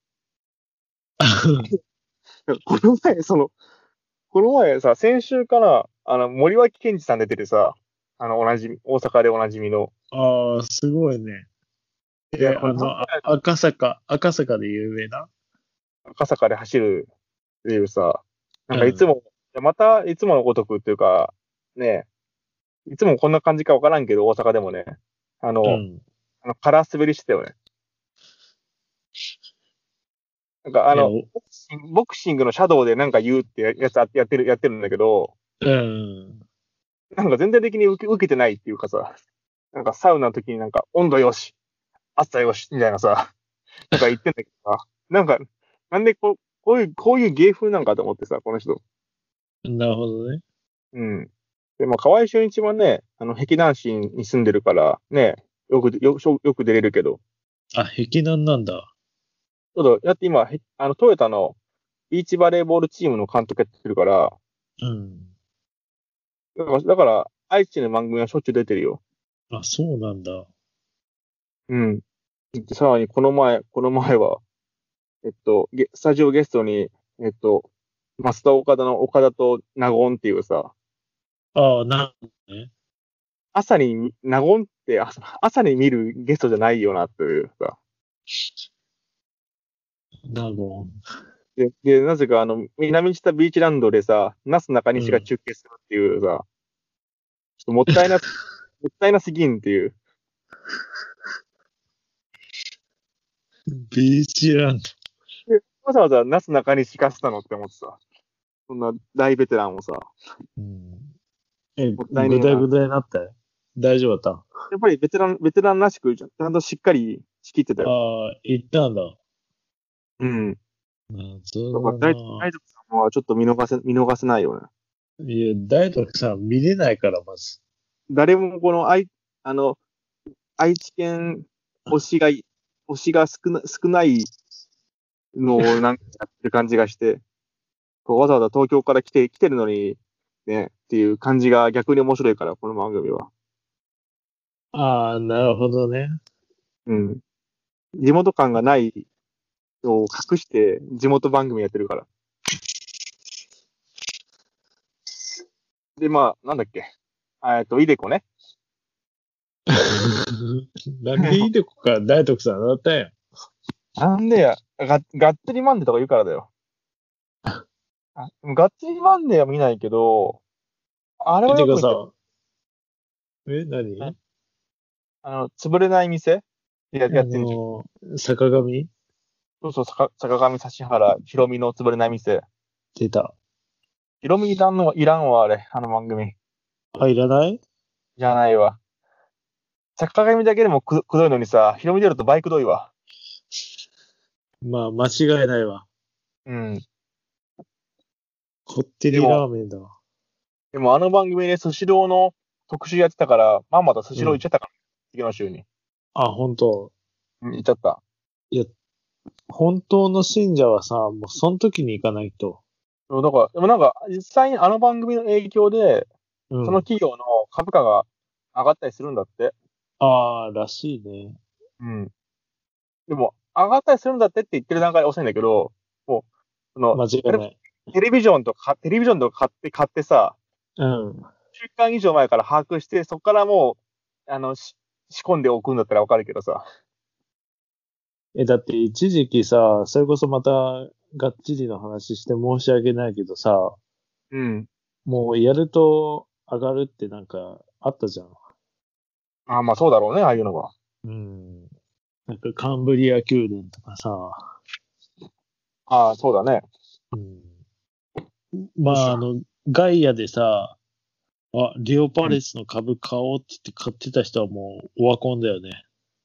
この前、この前さ、先週かな、森脇健児さん出ててさ、大阪でおなじみの。 ああ、すごいね。 いや、これ、 赤坂で有名な。 赤坂で走るっていうさ、なんかいつうん。 も、またいつものごとくっていうか、ね、いつもこんな感じかわからんけど、大阪でもね、あの、 うん。 カラー滑りしてたよね。なんかいや、 ボクシングのシャドウでなんか言うってやってるんだけど、 うん。 なんか全体的に受けてないっていうかさ、なんかサウナの時になんか温度よし、暑さよし、みたいなさ、なんか言ってんだけどさ、なんか、なんでこういう芸風なんかと思ってさ、この人。 なるほどね。 うん。で、まあ、河合俊一はね、碧南市に住んでるから、ね、よく出れるけど、 あ、壁南なんだ。 ちょっと、だって今、トヨタのビーチバレーボールチームの監督やってるから、 うん。 だから、愛知の番組はしょっちゅう出てるよ。 あ、そうなんだ。 うん。でさらに、この前は、スタジオゲストに、増田岡田の岡田と納言っていうさ、 ああ、ね。 朝に、納言って朝に見るゲストじゃないよな、というさ。 納言。 で、なぜか南知多ビーチランドでさ、那須中西がうん。 中継するっていうさ、ちょっともったいな、もったいなすぎんっていう。 ビーチランド。 で、わざわざ那須中西行かせたのって思ってさ、そんな大ベテランをさ、 うん。 もったいねえな。 ぐだぐだになったよ。大丈夫だっやっぱりベテランらしく、ちゃんとしっかり仕切ってたた。 よ。 ああ、行ったんだ。 うん。だから謎だな。 大徳さんはちょっと見逃せないよね。 いや、大徳さん見れないから、まず。 誰もこのあの、愛知県推しが、推しが少ないのをなんかやってる感じがして、こうわざわざ東京から来てるのに、ね、っていう感じが逆に面白いから、この番組は。 ああ、なるほどね。 うん。地元感がないのを隠して地元番組やってるから。で、まあ、なんだっけ。イデコね。 なんでいでこか大徳さんだったんや。 なんでや、がっつりマンデーとか言うからだよ。がっつりマンデーは見ないけど、あれはてかよく見た。 さ、何潰れない店やってんじゃん。 坂上そうそう、坂上指原、ヒロミの潰れない店。 出た。 ヒロミいらんわ、あれ、あの番組。 あ、いらないじゃないわ。坂上だけでもくどいのにさ、ヒロミ出るとバイクどいわ。 まあ、間違いないわ。 うん。 こってりでも、 ラーメンだわ。 でもあの番組でスシローの特集やってたから、まんまとスシロー行っうん。 ちゃったから、次の週に。 あ、本当。 うん、行っちゃった。 いや、本当の信者はさ、もうその時に行かないと。 そうだから、でもなんか、実際にあの番組の影響で、そのうん。 企業の株価が上がったりするんだって。 ああ、らしいね。 うん。でも、上がったりするんだってって言ってる段階で遅いんだけど、もう、その、 間違いない。 テレビジョンとか買ってさ、 うん。 週間以上前から把握して、そこからもう、仕込んでおくんだったらわかるけどさ。 だって一時期さ、それこそまたがっちりの話して申し訳ないけどさ、 うん。 もうやると上がるってなんかあったじゃん。 ああ、まあそうだろうね、ああいうのは。 うん。なんかカンブリア宮殿とかさ、 ああ、そうだね。 うん。まあよっしゃ。 ガイアでさ、リオパうん。 レスの株買おうって言って買ってた人はもうオワコンだよね。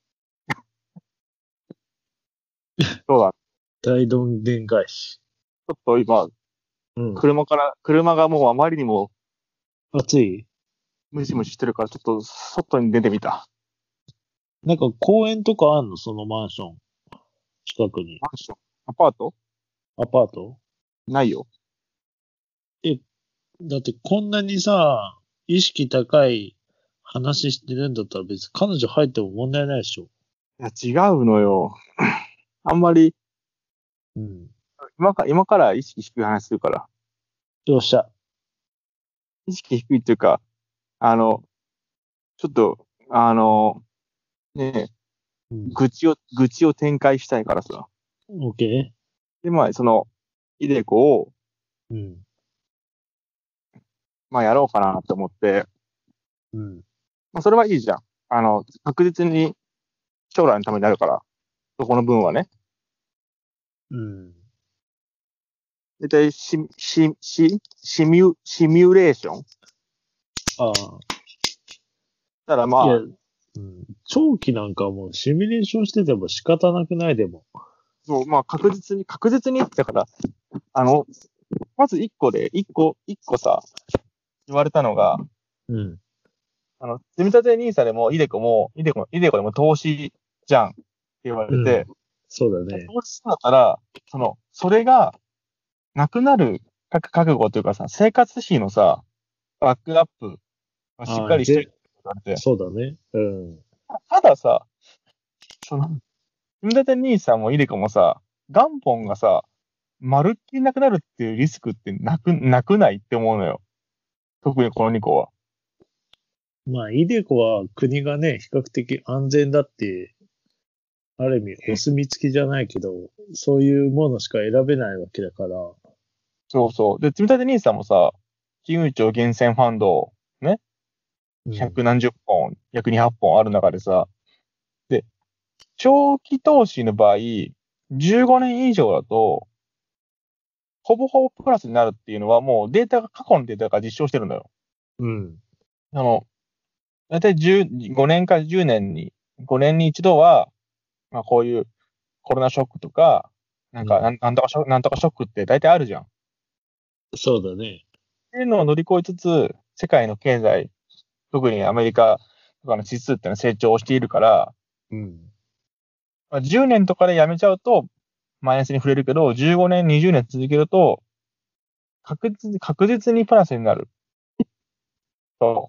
そうだ。 大どんでん返し。 ちょっと今、 うん。 車がもうあまりにも暑い。 ムシムシしてるから、ちょっと外に出てみた。 なんか公園とかあんのそのマンション。近くに。 マンションアパートアパート。 ないよ。 え、だってこんなにさ、意識高い話してるんだったら別に彼女入っても問題ないでしょ。 いや、違うのよ。あんまり、 うん。 今から意識低い話するから。 よっしゃ。 意識低いっていうか、あの、ちょっと、ね、 うん。 愚痴を展開したいからさ。 オッケで、まあ、その、イデコを、 ー。うん。 まあ、やろうかなと思って、 うん。 まあ、それはいいじゃん。確実に将来のためになるから、そこの分はね。 うん。 絶対シミュレーションああ。 たらいや、 まあ、 うん。長期なんかもうシミュレーションしてても仕方なくないでも。 そう、まあ確実に、だから、あの、まず一個さ、言われたのが、 うん。 積み立て NISA でも、イデコでも投資じゃんって言われて、 うん。そうだね。 投資だったら、それがなくなる覚悟というかさ、生活費のさ、バックアップがしっああ、 かりしといてって言われて、 そうだね。うん。 たださ、その、積み立て NISA もイデコもさ、元本がさ、まるっきりなくなるっていうリスクってなくないって思うのよ。特にこの2個は。 まあ、イデコは国がね、比較的安全だって、ある意味お墨付きじゃないけど、そういうものしか選べないわけだから。 そうそう。で、積み立て NISA もさ、金融庁厳選ファンド、ね、 うん。 百何十本、約200本ある中でさ、で、長期投資の場合、15年以上だと、ほぼほぼプラスになるっていうのはもう過去のデータが実証してるんだよ。 うん。 あの、だいたい5年か10年に、5年に一度は、まあこういうコロナショックとか、 うん。 なんとかショックって大体あるじゃん。っそうだね。 ていうのを乗り越えつつ、世界の経済、特にアメリカとかの指数ってのは成長しているから、 うん。 まあ、10年とかでやめちゃうと、マイナスに触れるけど、15年、20年続けると、確実にプラスになる。そう。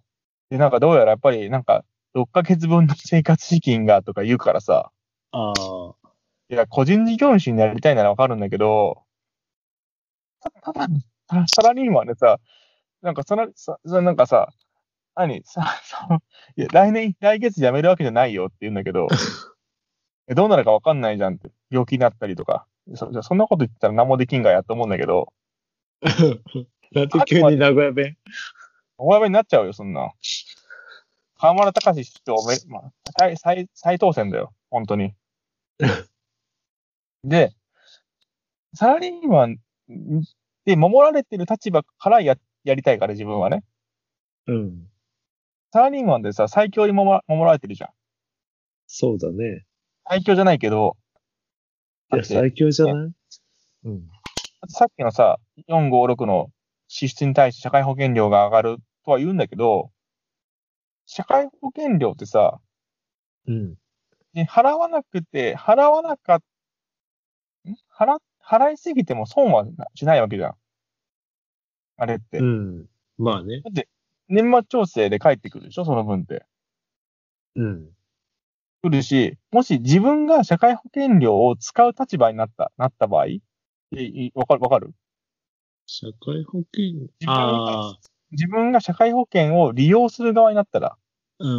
で、なんかどうやらやっぱり、なんか、6ヶ月分の生活資金がとか言うからさ、 ああ、 いや、個人事業主になりたいならわかるんだけど、ただ、サラリーマンでさ、なんかなんかさ、いや、来月辞めるわけじゃないよって言うんだけど、どうなるかわかんないじゃんって。病気になったりとか。そんなこと言ったら何もできんがやと思うんだけど、 なんであくまで急に名古屋弁。 お前になっちゃうよ、そんな。河村隆史市長まあ、再当選だよ。本当に。で、サラリーマンで守られてる立場からやりたいから、自分はね。 うん。 サラリーマンでさ、最強に守られてるじゃん。 そうだね。 最強じゃないけど、 いや、 だって、 最強じゃね、 ない？うん。 さっきのさ、456の支出に対して社会保険料が上がるとは言うんだけど、社会保険料ってさ、 うん。 で、払わなくて、払わなかっ、ん払、払いすぎても損はしないわけじゃん。あれって。 まあね。 だって、年末調整で帰ってくるでしょ、その分って。 うん。 来るし、もし自分が社会保険料を使う立場になった場合、わかる社会保険、 自分が、 ああ、 自分が社会保険を利用する側になったら、 うん、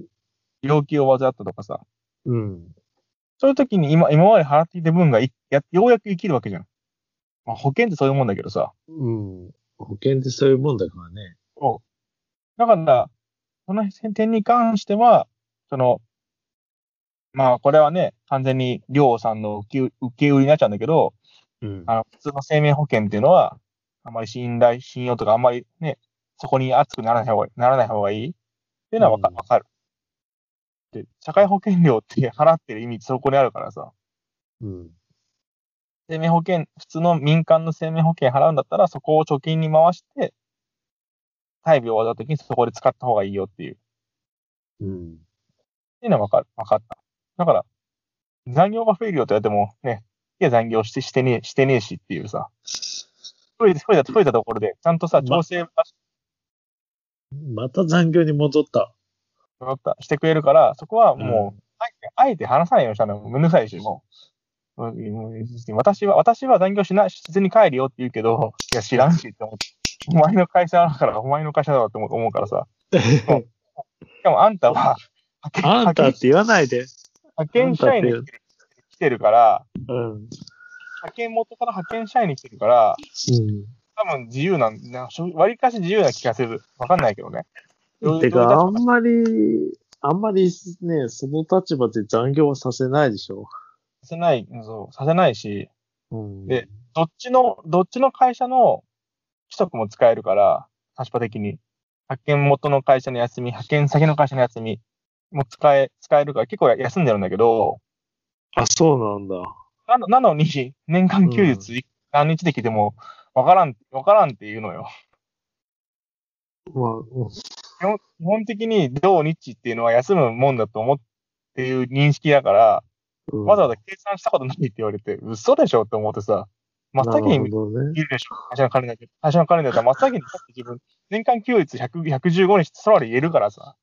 病気を患ったとかさ、 うん、 そういう時に今まで払っていた分がようやく生きるわけじゃん。まあ、保険ってそういうもんだけどさ。 うん。保険ってそういうもんだからね。 そうだから、その点に関しては、その、まあ、これはね、完全にりょうさんの受け売りになっちゃうんだけど、 うん、 普通の生命保険っていうのは、あまり信用とかあんまりね、そこに熱くならない方がいいっていうのはわかる。で、社会保険料って払ってる意味そこにあるからさ、 うん、 生命保険、普通の民間の生命保険払うんだったら、そこを貯金に回して、大病を患った時にそこで使った方がいいよっていう、っうん。 ていうのはわかった。だから、残業が増えるよって言われても、ね、いや残業してねえしっていうさ、増えたところで、ちゃんとさ、調整また残業に戻った。 してくれるから、そこはうもう、 ん。 あえて話さないようにしたのめんどくさいし、もう、私は残業しずに帰るよって言うけど、いや、知らんしって思って、お前の会社だから、お前の会社だろって思うからさ、もうしかもあんたは、 あんたって言わないで。 派遣社員に来てるから、 うん。 元から派遣社員に来てるから、 うん。 多分割かし自由な気がする。わかんないけどね。 てか、 どういう立場かあんまりね、その立場で残業はさせないでしょ。 させないし、 うん。 で、どっちの会社の規則も使えるから、立場的に。派遣元の会社の休み、派遣先の会社の休みも使えるから結構休んでるんだけど、 あ、そうなんだ。 なのに、年間休うん。 日何日できてもわからんっていうのよ。 まあ、うん。 基本的に土日っていうのは休むもんだと思っていう認識だから、わざわざ計算したことないって言われて、嘘でしょって思ってさ、真っなるほ先にどね。 見るでしょ。会社のカレンダーだったら真っ先にだって自分、年間休日115日ってそらで言えるからさ。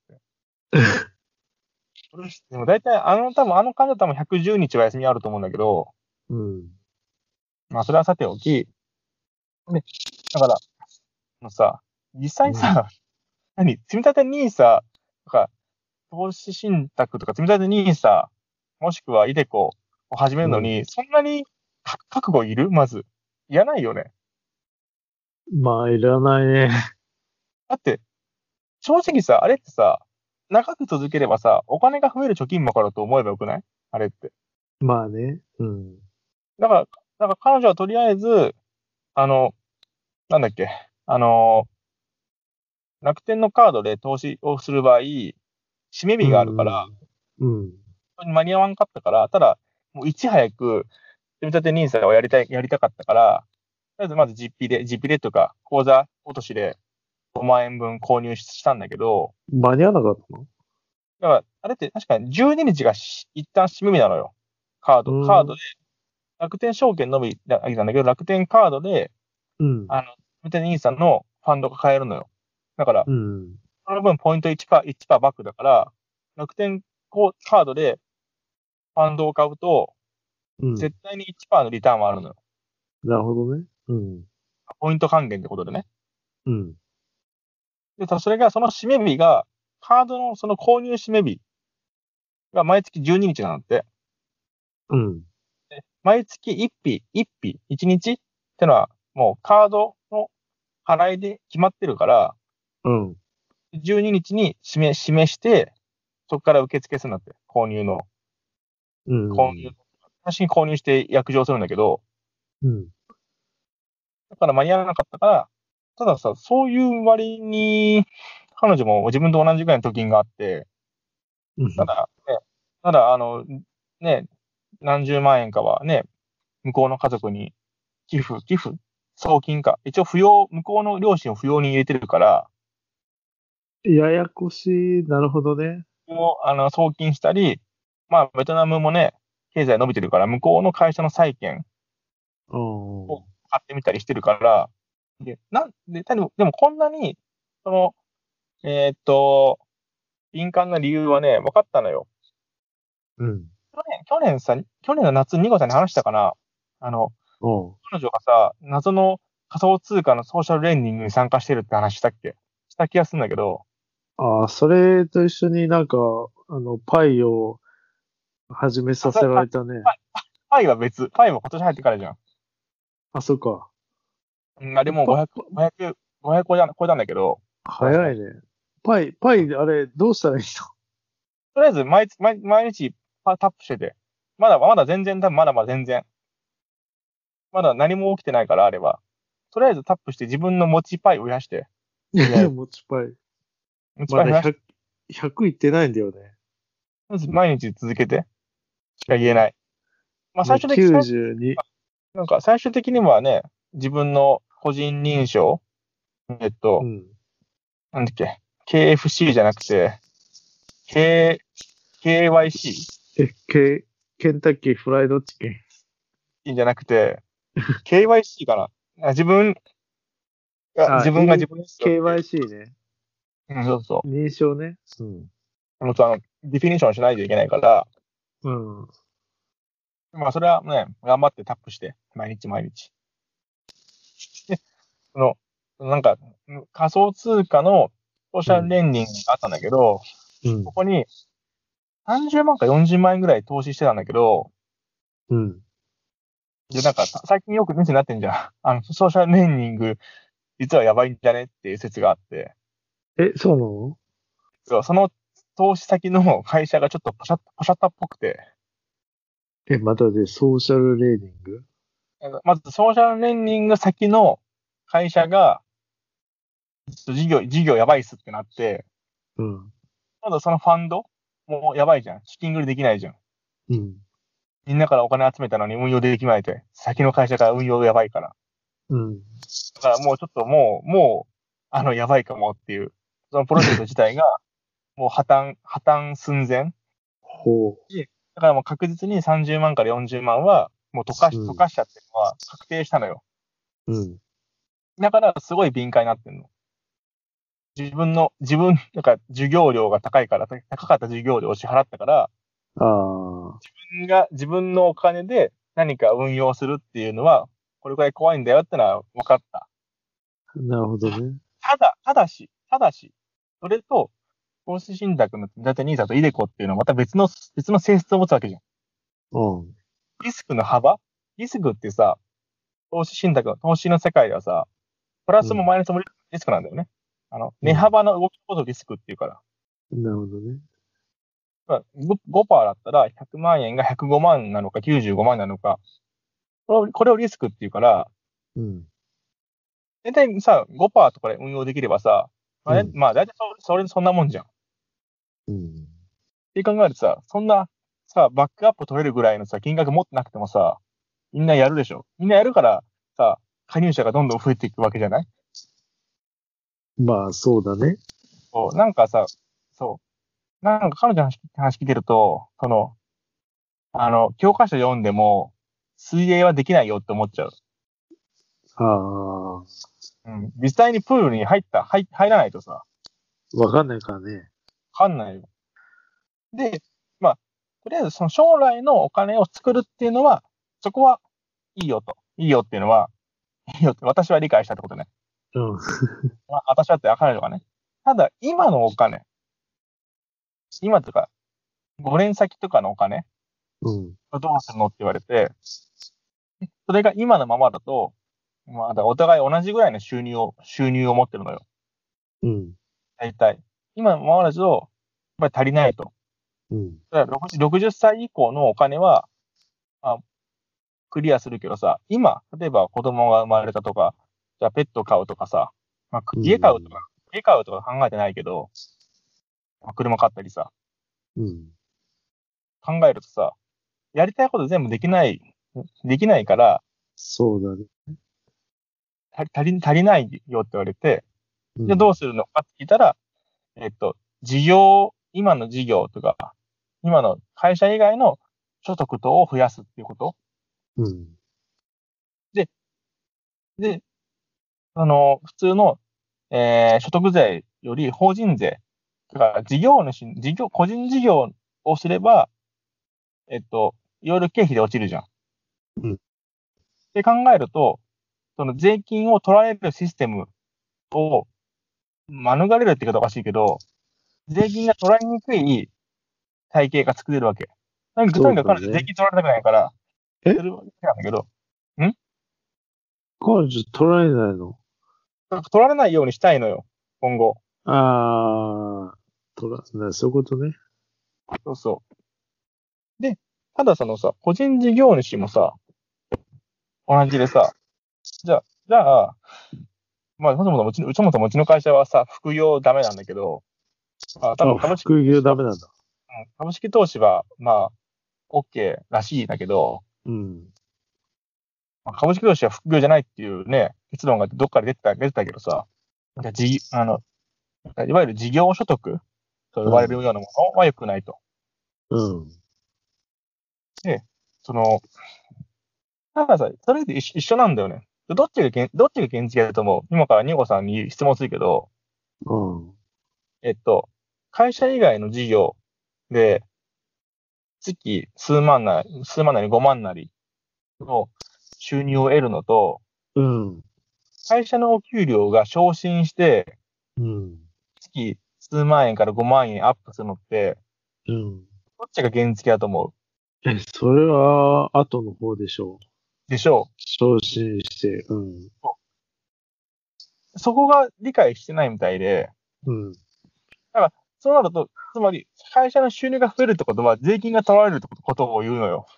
でも大体多分会社多分110日は休みあると思うんだけど、 うん。 まあそれはさておき、ね、だから、さ、実際うん。 さ、積立 NISA とか、投資信託とか積立 NISA、もしくはイデコを始めるのに、そんなに覚悟いるまず。いらないよね。 まあ、いらないね。 だって、正直さ、あれってさ、長く続ければさ、お金が増える貯金箱だと思えばよくないあれって。 まあね。うん。 だから、彼女はとりあえず、あの、なんだっけ、あの、楽天のカードで投資をする場合、締めう日があるから、 ん。うん。 それに間に合わんかったから、ただ、もういち早く、積み立て NISA をやりたかったから、とりあえずまず実費でとか、口座落としで5万円分購入したんだけど、 間に合わなかったの？ だから、あれって確かに12日が一旦締め日なのよ。カードで、楽天証券のみだけなんだけど、楽天カードで、 うん。 積み立て NISA のファンドが買えるのよ。だから、 うん。 その分ポイント1%バックだから、楽天カードでファンドを買うと、 うん。 絶対に1%のリターンはあるのよ。 なるほどね。うん。 ポイント還元ってことでね。 うん。 で、それが、その締め日が、カードのその購入締め日が毎月12日なんだって。 うん。 で毎月1日ってのは、もうカードの払いで決まってるから、 うん。 12日に示して、そこから受付するんだって。 うん。 最初に購入して約定するんだけど、 うん。 だから間に合わなかったから、たださ、そういう割に、彼女も自分と同じぐらいの貯金があって、 うん。 ただ、ね、ただ、ね、何十万円かはね、向こうの家族に寄付、送金か。一応向こうの両親を扶養に入れてるから、 ややこしい。なるほどね。 送金したり、 まあ、ベトナムもね、経済伸びてるから、向こうの会社の債券をお買ってみたりしてるから、でもこんなに、その、えーっと、敏感な理由はね、分かったのよ。 うん。 去年の夏、ニコさんに話したかな。あの、 おう。 彼女がさ、謎の仮想通貨のソーシャルレンディングに参加してるって話したっけ？した気がするんだけど、 ああ、それと一緒になんか、パイを始めさせられたね。 パイは別。パイも今年入ってからじゃん。 あ、そっか。 うん、あれもう500超えたんだけど、確かに。 早いね。パイ、あれ、どうしたらいいとりあえず毎日タップしてて、まだ全然、多分まだまだ全然、まだ何も起きてないから、あれば。とりあえずタップして自分の持ちパイを増やして、とりあえの？ ず。 持ちパイ。 持ちまだパイ増やして、 100いってないんだよね。 まず毎日続けてしか言えない。まあ今92。 なんか最終的にはね、自分の個人認証、えっと、 うん。 なんだっけ、KFC じゃなくて、K、 ケンタッキーフライドチキン。 KYC じゃなくて、KYC かな。 あ、 自分が自分ですよっていう。 KYC ね。 うん、そうそ認証ね。うん。 う。ディフィニッションしないといけないから、 うん。 まあ、それはね、頑張ってタップして、毎日毎日。で、その、なんか、仮想通貨のソーシャルうん。 レンディングがあったんだけど、 うん。 ここに30万か40万円ぐらい投資してたんだけど、 うん。 で、なんか、最近よくニュースになってんじゃん。ソーシャルレンディング、実はやばいんじゃねっていう説があって、 え、そうなの？ その投資先の会社がちょっとポシャったっぽくて、 え、まだで、ソーシャルレーディング？ まずソーシャルレンディング先の会社が、ちょっと事業やばいっすってなって、 うん。 まだそのファンドもうやばいじゃん。資金繰りできないじゃん。 うん。 みんなからお金集めたのに運用できないで、先の会社から運用やばいから。 うん。 だからもうちょっとやばいかもっていう、そのプロジェクト自体が、もう破綻寸前。 ほでだからもう確実に30万から40万は、もうう。うん。 溶かしちゃってるのは確定したのよ。 うん。 だからすごい敏感になってんの。なんか授業料が高いから、高かった授業料を支払ったから、 ああ、 自分のお金で何か運用するっていうのは、これくらい怖いんだよってのは分かった。 なるほどね。 ただし、それと、投資信託のだってニーサとイデコっていうのはまた別の性質を持つわけじゃん。 うん。 リスクの幅リスクってさ、投資の世界ではさ、プラスもうん。 マイナスもリスクなんだよね。値うん。 幅の動きこそリスクっていうから。 なるほどね。 まあ5%だったら100万円が105万なのか95万なのか、これをリスクっていうから、 うん。 大体さ、5%とかで運用できればさ、 うん。 まあ大体そんなもんじゃん。っうん。 て考えるとさ、そんなさ、バックアップ取れるぐらいのさ、金額持ってなくてもさ、みんなやるでしょ。みんなやるから、さ、加入者がどんどん増えていくわけじゃない？ まあ、そうだね。 なんかさ、なんか彼女の話聞いてると、教科書読んでも、水泳はできないよって思っちゃう。 ああ、 うん。実際にプールに入らないとさ、 わかんないからね。 わかんないよ。で、まあ、とりあえずその将来のお金を作るっていうのは、そこはいいよと。いいよっていうのは、いいよって私は理解したってことね。 うん。 私はって彼女がね。ただ、今のお金、今とか、5年先とかのお金、 うん。 どうするのって言われて、それが今のままだと、まあ、だからお互い同じぐらいの収入を持ってるのよ。 うん。 大体。今のままだと、やっぱり足りないと。 うん。 だから60歳以降のお金は、あ、クリアするけどさ、今、例えば子供が生まれたとか、じゃあペット飼うとかさ、まあ、 うん。 家買うとか考えてないけど、まあ、車買ったりさ、 うん。 考えるとさ、やりたいこと全部できないから、 そうだね。 足りないよって言われて、じゃあどううん。 するのかって聞いたら、今の事業とか、 今の会社以外の所得等を増やすっていうこと。で、普通の、所得税より法人税、だから個人事業をすれば、いろいろ経費で落ちるじゃん。って考えると、その税金を取られるシステムを免れるって言い方おかしいけど、税金が取られにくい体系が作れるわけ。とにかく彼女税金取られたくないから、するわけなんだけど、 彼女取られないの？ 取られないようにしたいのよ、今後。 そういうことね。 そうそう。で、ただ個人事業主もさ、同じでさ、じゃあ、まあ、そもそもうちの会社はさ、副業ダメなんだけど、多分副業ダメなんだ。 株式投資は、まあ、OK らしいんだけど、株式投資は副業じゃないっていうね、結論がどっかで出てたけどさ、いわゆる事業所得と呼ばれるようなものは良くないと。で、たださ、それで一緒なんだよね。どっちが現実だと思う？今からニコさんに質問するけど、会社以外の事業で、月数万なり5万なりの収入を得るのと、会社のお給料が昇進して、月数万円から5万円アップするのって、どっちが現実だと思う？ それは後の方でしょう。 でしょう。 昇進して、 そこが理解してないみたいで、だから、そうなると、つまり、会社の収入が増えるってことは、税金が取られるってことを言うのよ。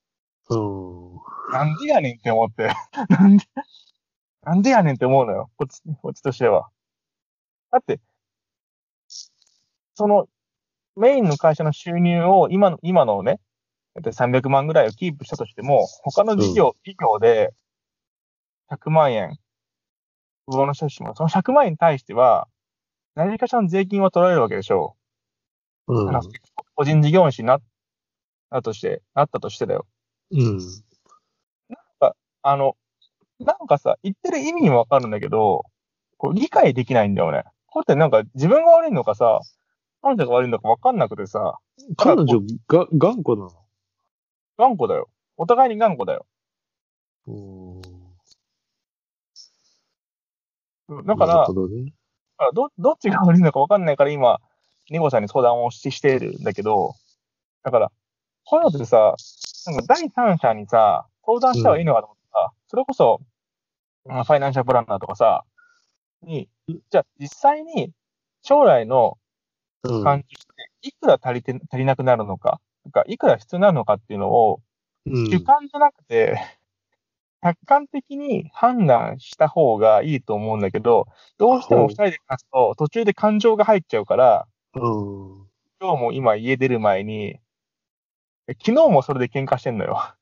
なんでやねんって思って。なんでやねんって思うのよ。こっちとしては。だって、メインの会社の収入を今のね、300万ぐらいをキープしたとしても、他の企業で100万円上乗せしても、その100万円に対しては、何かしらの税金は取られるわけでしょう。個人事業主になったとしてだよ。なんかさ、言ってる意味もわかるんだけど、理解できないんだよね。これってなんか自分が悪いのかさ、彼女が悪いのかわかんなくてさ。 彼女が、頑固なの？ 頑固だよ。お互いに頑固だよ。だから、どっちが悪いのかわかんないから今、ニゴさんに相談をしているんだけど、だから、こういうのってさ、なんか第三者にさ、相談した方がいいのかと思ってさ、それこそ、ファイナンシャルプランナーとかさ、じゃあ実際に将来の感じしていくら足りなくなるのか、とか、いくら必要なのかっていうのを、主観じゃなくて、客観的に判断した方がいいと思うんだけど、どうしても二人で話すと途中で感情が入っちゃうから、今日も今家出る前に、昨日もそれで喧嘩してんのよ。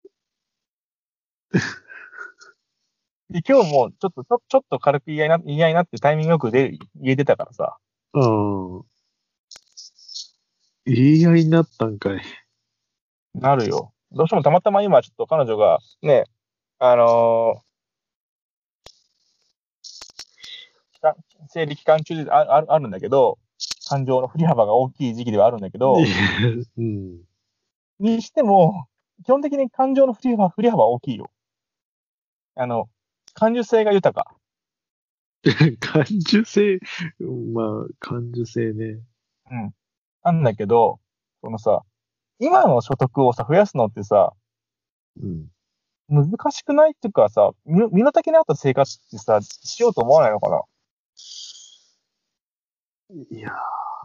で今日もちょっと軽く言い合いなってタイミングよく言えてたからさ。 言い合いになったんかい。 なるよ。どうしてもたまたま今ちょっと彼女がね、生理期間中であるんだけど、感情の振り幅が大きい時期ではあるんだけど、にしても、基本的に感情の振り幅は大きいよ。感受性が豊か。 感受性、感受性ね。 なんだけど、今の所得をさ、増やすのってさ、難しくないっていうかさ、身の丈に合った生活ってさ、しようと思わないのかな？ いや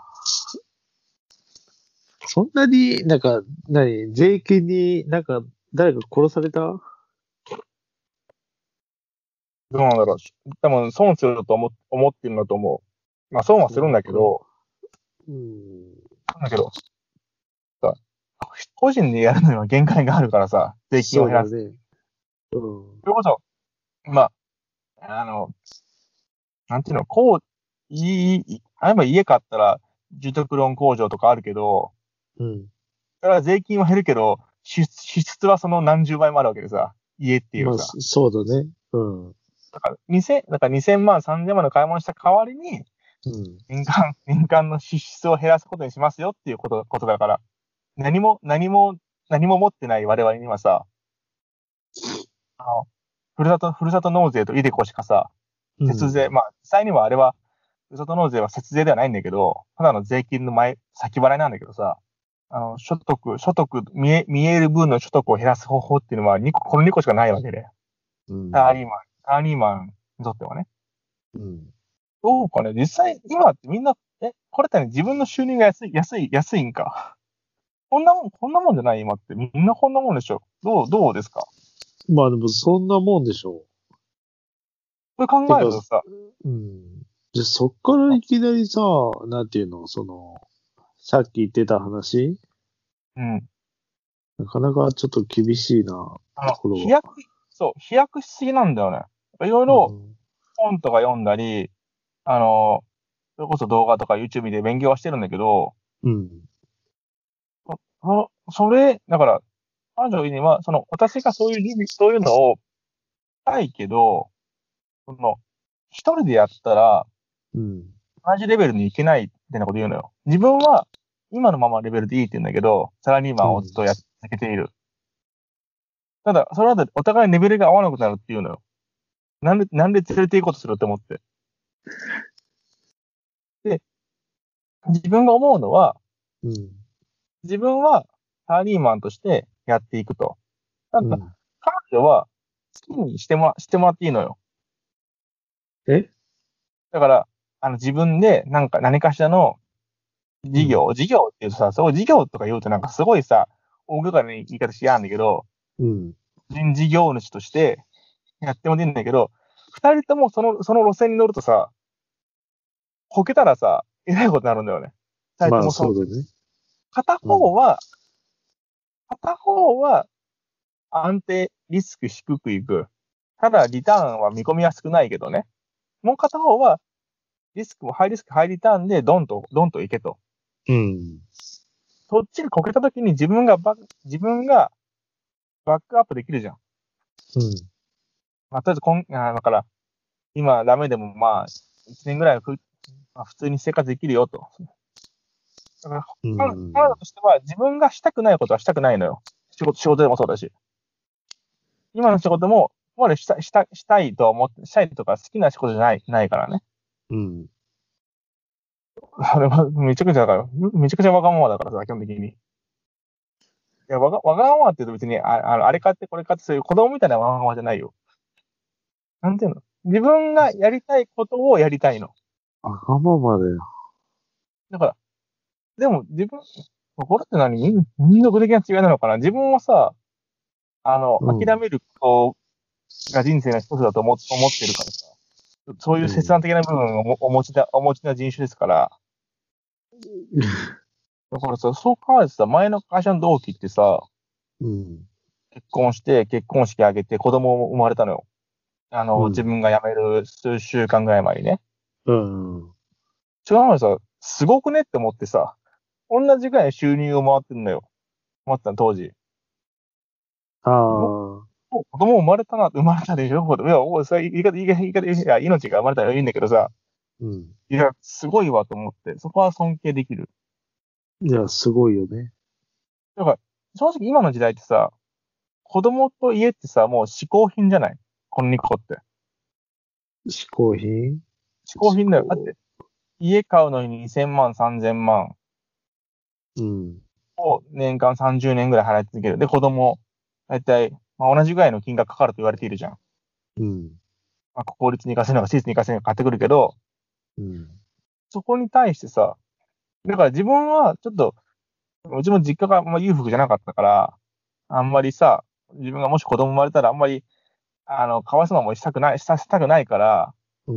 そんなに税金に誰か殺された？ どうなんだろう。多分損すると思ってるんだと思う。まあ損はするんだけど、さ、個人でやるのには限界があるからさ、税金を減らす。それこそ、まあ、なんていうの、家買ったら住宅ローン控除とかあるけど、 だから税金は減るけど、支出はその何十倍もあるわけでさ、家っていうまあ、 さ。 そうだね。うん。 だから2000万、3000万の買い物した代わりに、 うん。 年間の支出を減らすことにしますよっていうことだから、何も持ってない我々にはさ、あの、ふるさと納税とイデコしかさ、節税、まあ、実際にはあれは、ふるさと納税は節税ではないんだけど、ただの税金の先払いなんだけどさ、見える分の所得を減らす方法っていうのはこの2個しかないわけで。 うん。 サラリーマンにとってはね。 うん。 どうかね、実際、今ってみんな、これってね、自分の収入が安いんか。こんなもんじゃない今って。みんなこんなもんでしょ。どうですか？ まあでもそんなもんでしょこれ考う。てか、 えるとさ、 うん。で、そっからいきなりさ、なんていうの、さっき言ってた話、 うん。 なかなかちょっと厳しいな、ところは。 飛躍しすぎなんだよね。いろいろうん。 本とか読んだり、あの、それこそ動画とか YouTube で勉強はしてるんだけど、 うん。 だから、彼女には、私がそういうのをしたいけど、その、一人でやったら、 うん。 同じレベルに行けないみたいなこと言うのよ。自分は、今のままレベルでいいって言うんだけど、サラリーマンをずっとやっ続けている。ただ、それだとお互いレベルが合わなくなるっていうのよ。なんで連れて行こうとするって思って。で、自分が思うのは、 うん。 自分はサラリーマンとしてやっていくと。ただ、 うん。 彼女は好きにしてもらっていいのよ。 えだから、自分で何かしらのうん。 事業っていうとさ、そう事業とか言うとなんかすごいさ、大掛かりな言い方しやんだけど、 うん。 個人事業主としてやってもいいんだけど、二人ともその路線に乗るとさ、こけたらさ、えらいことになるんだよね。二人まあ、 ともそうだね。 片うん。 方は、片方は安定、リスク低くいく。ただ、リターンは見込みは少ないけどね。もう片方は、ハイリスク、ハイリターンでドンといけと。 うん。 そっちがこけた時に自分がバックアップできるじゃん。 うん。 まあ、とりあえずだから、今ダメでもまあ、一年ぐらいはまあ、普通に生活できるよと。だから、 う彼女ん。 としては自分がしたくないことはしたくないのよ。仕事でもそうだし。今の仕事も、ここまでしたいとか好きな仕事じゃないからね。 うん。 あれはめちゃくちゃわがままだからさ、基本的に。いや、わがままって言うと別に、あれ買ってこれ買ってそういう子供みたいなわがままじゃないよ。なんていうの？自分がやりたいことをやりたいの。 わがままだよ。 だから、でもこれって民族的な違いなのかな？自分はさ、 うん。 諦めることが人生の一つだと思ってるからさ、そういう切うん。 断的な部分をお持ちな人種ですから、だからさ、そう考えるとさ、前の会社の同期ってさ、 うん。 結婚して結婚式挙げて子供も生まれたのよ。自うん。 分が辞める数週間ぐらい前にね。 うん。 違うのさ、すごくねって思ってさ、同じぐらいの収入を回ってんだよ。回ってたの、当時。 あよあ。 子供生まれたでしょ。いや、それいや、命が生まれたらいいんだけどさ、 うん。 いや、すごいわと思って、そこは尊敬できる。 いや、すごいよね。 だから、正直今の時代ってさ、子供と家ってさ、もう嗜好品じゃない？この2個って。 嗜好品嗜好品だよ。だっ嗜て、家買うのに2000万、3000万うん。 を年間30年ぐらい払い続ける。で、子供、だいたい、まあ、同じぐらいの金額かかると言われているじゃん。 うん。 まあ、公立に行かせるのか、私立に行かせるのか買ってくるけど、 うん。 そこに対してさ、だから自分はちょっと、うちも実家があんま裕福じゃなかったから、あんまりさ、自分がもし子供生まれたらあんまり、かわいそうな思いさせたくないから、 うん。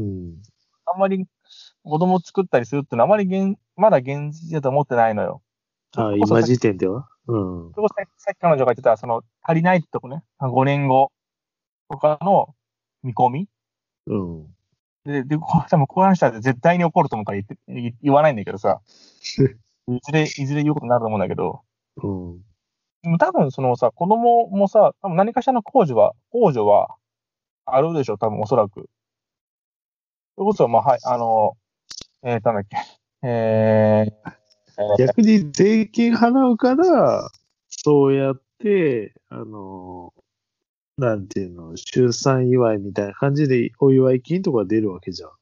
あんまり子供を作ったりするってのはあまりまだ現実だと思ってないのよ。そあ、 れこそ今時点ではうん。 さっき彼女が言ってた、足りないってとこね、5年後とかの見込みうん。 多分こういう話したら絶対に怒ると思うから言わないんだけどさ、いずれ言うことになると思うんだけど、 うん。 でも多分そのさ、子供もさ、多分何かしらの控除はあるでしょ、多分おそらく。それこそ、まあ、はい、なんだっけ。え逆に税金払うから、そうやって、なんていうの、出産祝いみたいな感じでお祝い金とか出るわけじゃん。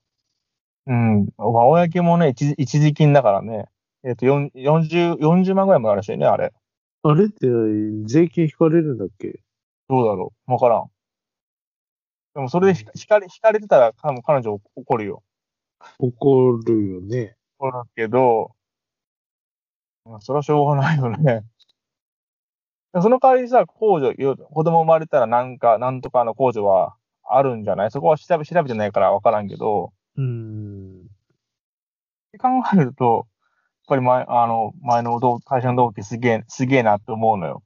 公もね、一時金だからね。40万ぐらいもあるらしいね、あれ。 あれって税金引かれるんだっけ？ どうだろうわからん。でもそれでうん、 引かれてたら、多分彼女怒るよ。 怒るよね。 怒るけど、まあそれはしょうがないよね。その代わりにさ、子供生まれたらなんとかの控除はあるんじゃない？そこは調べてないからわからんけど、 うーん。 って考えると、やっぱり前の会社の同期すげえなって思うのよ。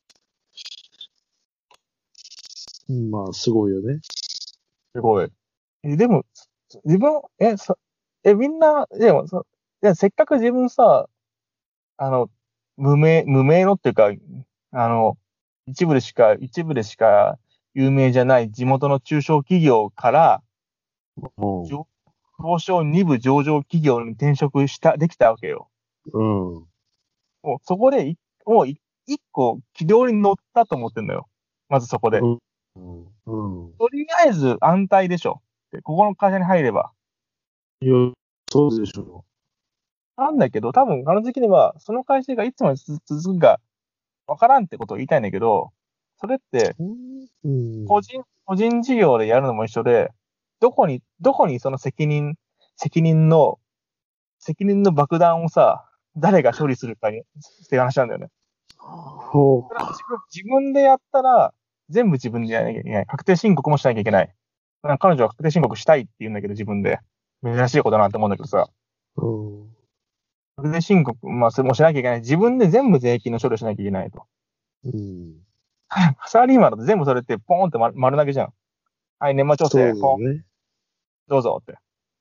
まあ、すごいよね。 すごい。でも、自分、みんな、でも、せっかく自分さ、あの、無名のっていうか、あの、一部でしか有名じゃない地元の中小企業から、 う上東証2部上場企業に転職できたわけよ。 ん。うん。 もうそこでもう一個軌道に乗ったと思ってんだよ。まずそこで。 うん。うん。 とりあえず安泰でしょ。でここの会社に入れば。 いや、そうでしょなんだけど、多分彼女的には、その会社がいつまで続くかわからんってことを言いたいんだけど、それってう。うん。 個人事業でやるのも一緒で、どこにその責任の爆弾をさ、誰が処理するかっていう話なんだよね。 ほそれは自分でやったら、全部自分でやらなきゃいけない。確定申告もしなきゃいけない。彼女は確定申告したいって言うんだけど、自分で。珍しいことだなって思うんだけどさ。 う。うん。 確定申告、まあ、それもしなきゃいけない。自分で全部税金の処理をしなきゃいけないと。 うん。 サラリーマンだと全部それってポーンって丸投げじゃん。はい、年末調そ整、ポン、 うね。 どうぞって。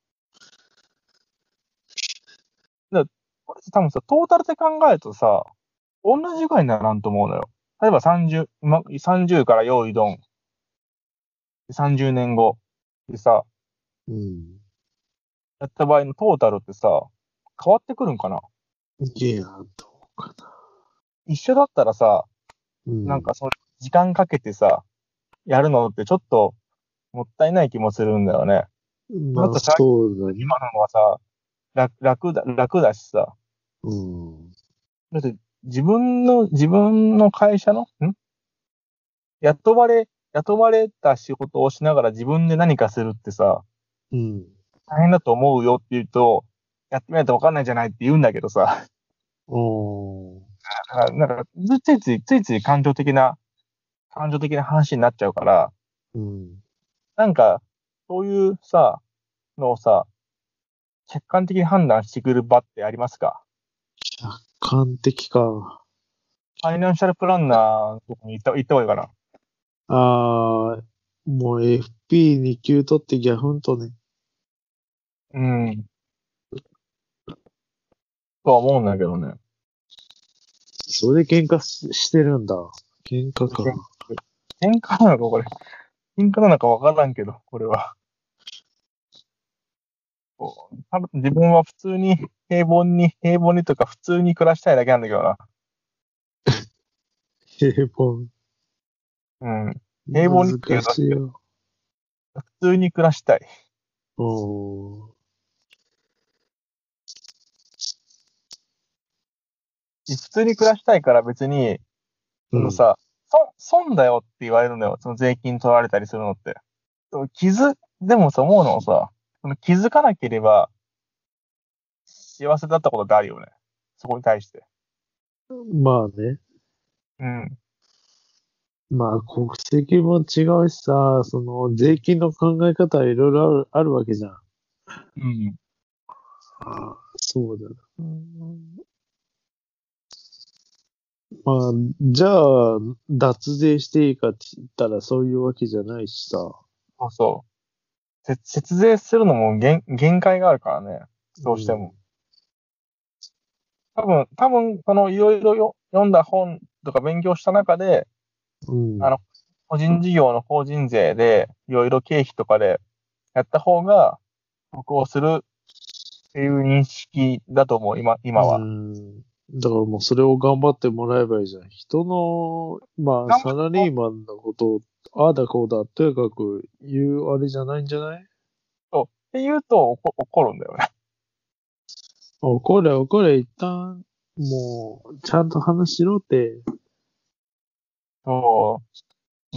だこれ多分さ、トータルで考えるとさ、同じぐらいにならんと思うのよ。例えば30から用意ドン。30年後。でさ、 うん。 やった場合のトータルってさ、変わってくるんかな？ いや、どうかな。 一緒だったらさ、 うん。 なんか時間かけてさ、やるのってちょっともったいない気もするんだよね。だっまあ、 てさ、 そうだね。 今のはさ、楽だしさ。 うん。 だって自分の会社の、雇われた仕事をしながら自分で何かするってさ、 うん。 大変だと思うよって言うと、やってみないと分かんないじゃないって言うんだけどさ、 おー。 なんか、ついつい感情的な話になっちゃうから、 うん。 なんか、そういうさ、のをさ、客観的に判断してくる場ってありますか？ 客観的か。 ファイナンシャルプランナーのとこに行った方がいいかな。 ああ、もう FP2 級取ってギャフンとね。 うん、とは思うんだけどね。 それで喧嘩してるんだ。喧嘩か。 喧嘩なのか、これ。喧嘩なのか分からんけど、これは。自分は普通に平凡にとか普通に暮らしたいだけなんだけどな。 平凡。 うん。平凡にって言う難と、 しいよ。 普通に暮らしたい。 おー。 普通に暮らしたいから別に、 うん。 そのさ、損だよって言われるのよ。その税金取られたりするのって。でもさ、思うのはさ、その気づかなければ幸せだったことってあるよね。そこに対して。 まあね。 うん。 まあ国籍も違うしさ、その税金の考え方はいろいろあるわけじゃん。 うん。 ああ、そうだな。まあ、じゃあ、脱税していいかって言ったらそういうわけじゃないしさ。 そうそう。節税するのも限界があるからね。 うん。 どうしても。多分、いろいろよ、 読んだ本とか勉強した中で、 うん。 個人事業の法人税で、いろいろ経費とかでやった方が、得をするっていう認識だと思う、今は。 だからもうそれを頑張ってもらえばいいじゃん。人の、まあ、 頑張サラリーマンのことを、ああだこうだ、とにかく言うあれじゃないんじゃない？ って言うと怒るんだよね。 怒れ、一旦、もう、ちゃんと話しろって。 そう、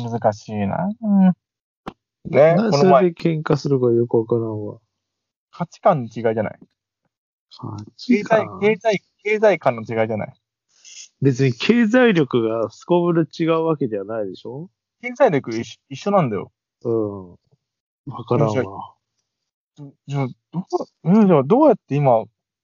難しいな。ね、この前、 それで喧嘩するかよくわからんわ。 価値観の違いじゃない。 8か。 経済観の違いじゃない。 別に経済力がすこぶる違うわけではないでしょ？ 経済力一緒なんだよ。 うん。わからんじゃあ、 わ。 じゃあどうやって今、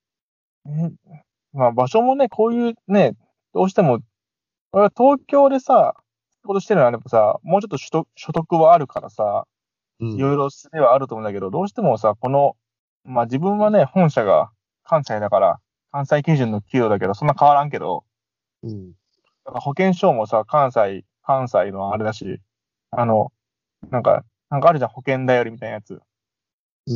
まあ場所もね、こういうね、どうしても、俺は東京でさ、仕事してるのはやっぱさ、もうちょっと所得はあるからさ、いろいろすれはあると思うんだけど、どうしてもさ、まあ自分はね、本社が関西だから、関西基準の給与だけど、そんな変わらんけど、 うん。 だから保険証もさ、関西のあれだし、あの、なんかあるじゃん、保険だよりみたいなやつ。 うん。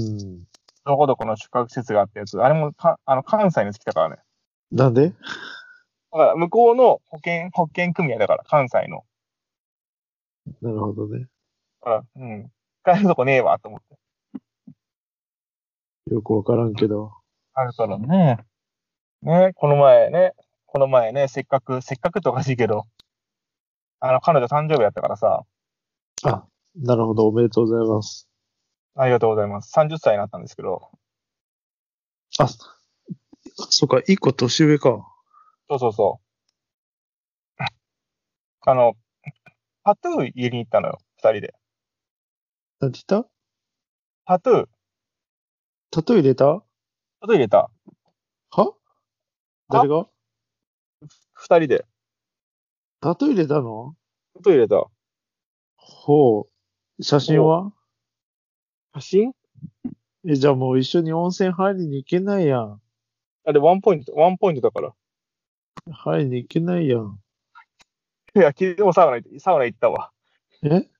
どこどこの宿泊施設があったやつ。あれも関西に来たからね。 なんで？ だから向こうの保険組合だから、関西の。 なるほどね。 だから、使えるとこねえわ、と思って。 よくわからんけど。 あるからね。この前ね、せっかくっておかしいけど、彼女誕生日やったからさ、 あ、なるほど。おめでとうございます。 ありがとうございます。30歳になったんですけど、 あ、そっか、一個年上か。 そうそうそう。あの、タトゥー入れに行ったのよ、二人で。 なんて言った？ タトゥー、 タトゥー入れた？ タトゥー入れた。 は？ は誰が？ 二人で。 タトゥー入れたの？ タトゥー入れた。 ほう。写真お、 は？ 写真じゃあもう一緒に温泉入りに行けないやん。 あれ、ワンポイントだから。 入りに行けないやん。 いや、昨日サウナ行ったわ。 え？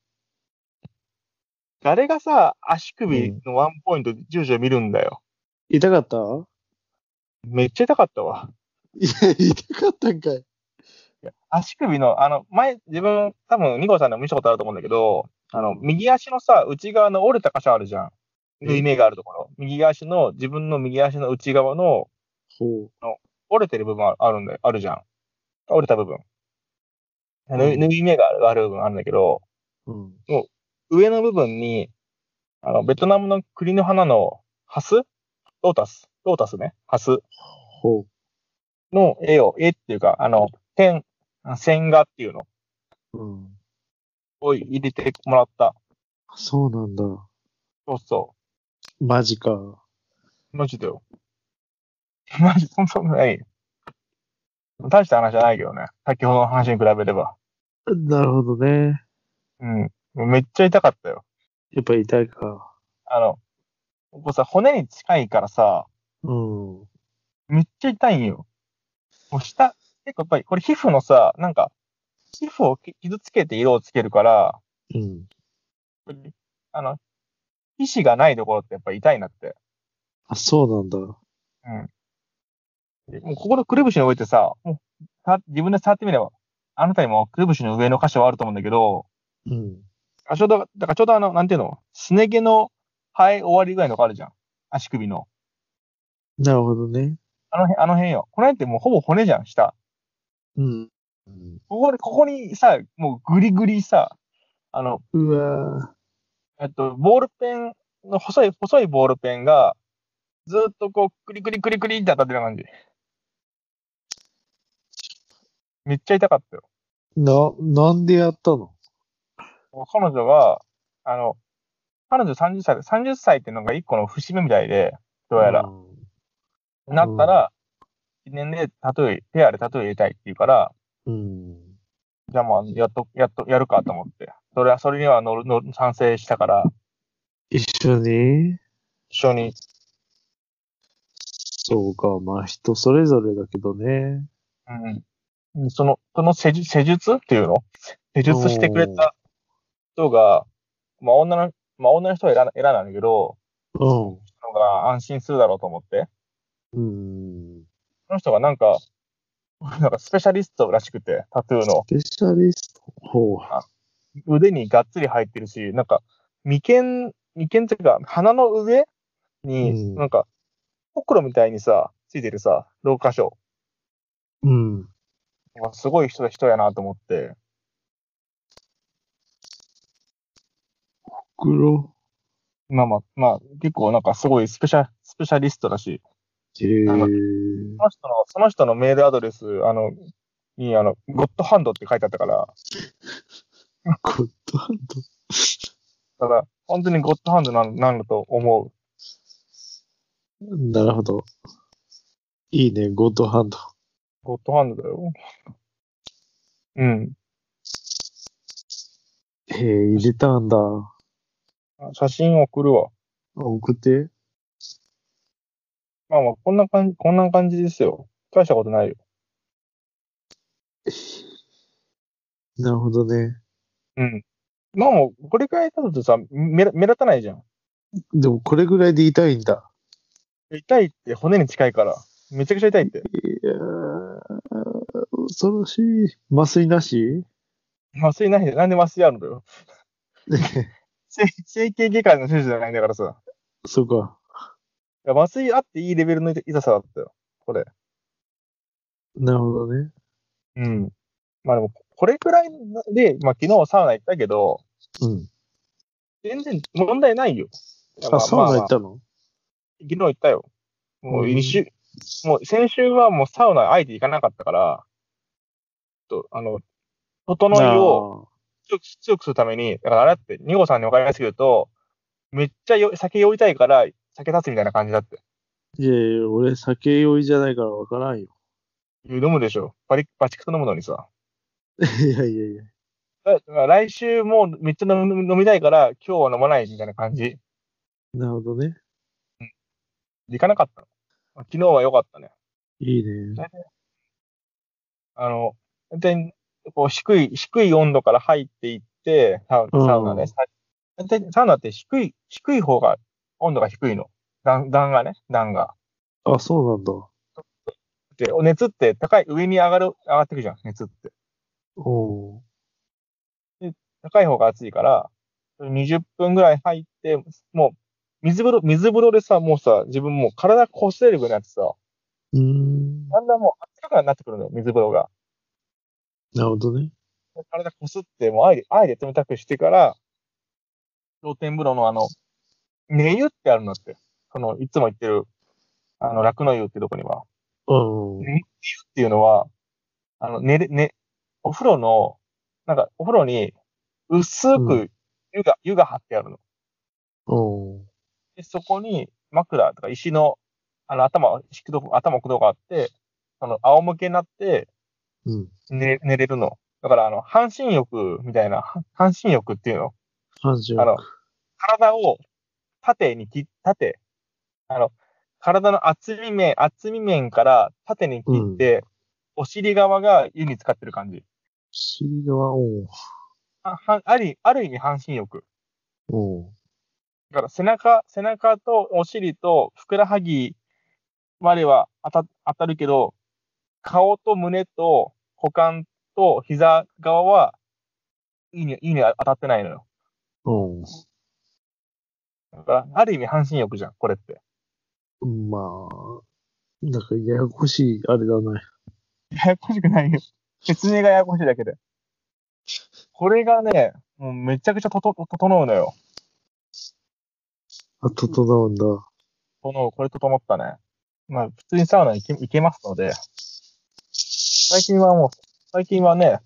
誰がさ、足首うん。 のワンポイント10時を見るんだよ。 痛かった？ めっちゃ痛かったわ。 いや、痛かったんかい。 いや足首の、自分、多分、ニコさんでも見たことあると思うんだけど、 うん。 右足のさ、内側の折れた箇所あるじゃん。縫いえ？ 目があるところ。自分の右足の内側の、 ほの折れてる部分あるんだよ、あるじゃん。折れた部分。 う。うん。 縫い目がある部分あるんだけど、 うん。 もう、上の部分に、ベトナムの栗の花のロータスね。ハスほの絵っていうか、線画っていうのう。うん。 を入れてもらった。 そうなんだ。 そうそマジか。 う。マジでよ。マジ、そんなない。大した話じゃないけどね。先ほどの話に比べれば。 なるほどね。 うん。めっちゃ痛かったよ。 やっぱ痛いか。 あの、ここさ、骨に近いからさ、 うん。 めっちゃ痛いんよ。もう結構やっぱり、これ皮膚のさ、皮膚を傷つけて色をつけるから、 うん。 あの、皮脂がないところってやっぱり痛いなって。 あ、そうなんだ。 うん。でもうここのくるぶしの上ってさ、自分で触ってみれば、あなたにもくるぶしの上の箇所はあると思うんだけど、 うん。 だからちょうどなんていうの、すね毛の生え終わりぐらいのとこあるじゃん。足首の。 なるほどね。 あの辺よ。この辺ってもうほぼ骨じゃん、下。 うん。うん。 ここにさ、もうグリグリさ、あの、 うわボールペンの細いボールペンが、ずっとこう、クリクリクリクリって当たってる感じ。めっちゃ痛かったよ。 なんでやったの？ もう彼女が、あの、彼女30歳っていうのが一個の節目みたいで、どううやら。 ん。 なったうん。 ら、記念でペアでタトゥー入れたいって言うから、 うん。 じゃあまあ、やるかと思って。それには賛成したから、 一緒に？ 一緒に、 そうか。まあ人それぞれだけどね。 うん。 その施術っていうの施術してくれた人が、女の人は選んだんだけど、 うん。 のが安心するだろうと思って、 うん。 その人がなんかスペシャリストらしくて、タトゥーの。 スペシャリスト。ほう。 あ腕にがっつり入ってるし、眉間っていうか、鼻の上に、 うん。 ほくろみたいにさ、ついてるさ、老化症。 うん。 すごい人やなと思って。 黒。 結構すごいスペシャリストだし、 へえ。 その人のメールアドレス、ゴッドハンドって書いてあったから、 ゴッドハンド。 だから、本当にゴッドハンドなんだと思う。 なるほど。いいね、ゴッドハンド。 ゴッドハンドだよ。うん。 へえ、入れたんだ。 写真送るわ。 送って。 こんな感じですよ。大したことないよ。 なるほどね。 うん。もう、これくらい経つとさ、目立たないじゃん。 でも、これぐらいで痛いんだ。 痛いって骨に近いから。めちゃくちゃ痛いって。 いやー、恐ろしい。麻酔なし。 麻酔ないで、なんで麻酔あるんだよ。整形外科の手術じゃないんだからさ。 そうか。 いや麻酔あっていいレベルの痛さだったよ。これ。 なるほどね。 うん。でも、これくらいで、昨日サウナ行ったけど、 うん。 全然問題ないよ。いやあ、サウナ行ったの？ 昨日行ったよ。 うん。 もう先週はもうサウナあえて行かなかったから、整いをああ。 強くするために、だからあれだって、ニゴさんにお金すると、めっちゃ酒酔いたいから、酒立つみたいな感じだって。 いやいや、俺酒酔いじゃないからわからんよ。 飲むでしょ。バチクソ飲むのにさ。 いやいやいや。 だから来週もうめっちゃ飲みたいから、今日は飲まないみたいな感じ。 なるほどね。 行かなかったの。昨日は良かったね。 いいね。 あの、全然、こう、低い温度から入っていって、 うサウナね。 ん。 サウナって低い方が、温度が低いの。段が。 あ、そうなんだ。 で、熱って上に上がってくじゃん、熱って。 おー。 で、高い方が熱いから、20分ぐらい入って、もう、水風呂でさ、もうさ、自分もう体こすれるぐらいになってさ、 うーん。 だんだんもう暖かくなってくるのよ、水風呂が。 なるほどね。 体こすって、もうあえで冷たくしてから、露天風呂の寝湯ってあるんだって。いつも行ってる、楽の湯ってとこには。 うん。 寝湯っていうのは、あの、寝れ、ね、お風呂の、お風呂に薄うん。 く湯が張ってあるの。 おー。 で、そこに枕とか石の、頭を置くとこがあって、仰向けになってうん。 寝れるの。だから、半身浴みたいな、半身浴っていうの。 繁盛。 あの、体を縦、あの、体の厚み面から縦にうん。 切って、お尻側が湯に浸かってる感じ。 尻側、おー。 ある意味半身浴。 おー。 だから背中とお尻とふくらはぎまでは当たるけど、顔と胸と股間と膝側はいいに当たってないのよ。 おー。 だから、ある意味半身浴じゃん、これって。 まあ、なんかややこしい、あれだね。 ややこしくないよ。説明がややこしいだけで。これがね、もうめちゃくちゃ整うのよ。 あ、整うんだ。 これ整ったね。普通にサウナ行けますので、最近はね、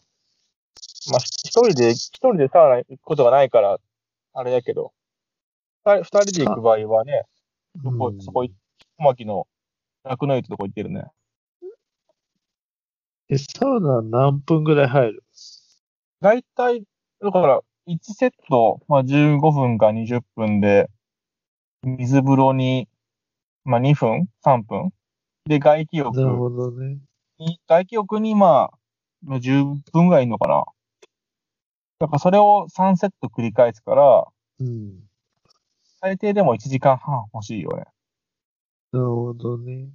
一人でサウナ行くことがないから、あれだけど、二人で行さ、 く場合はね、 うん。 小牧の楽の湯ってとこ行ってるね。 サウナ何分ぐらい入る？ だいたい、だから、1セット、15分か20分で、水風呂に、2分 ?3 分で、 なるほどね。 外気浴に、 10分ぐらいいんのかな。だからそれを3セット繰り返すから、 うん。 最低でも1時間半欲しいよね。 なるほどね。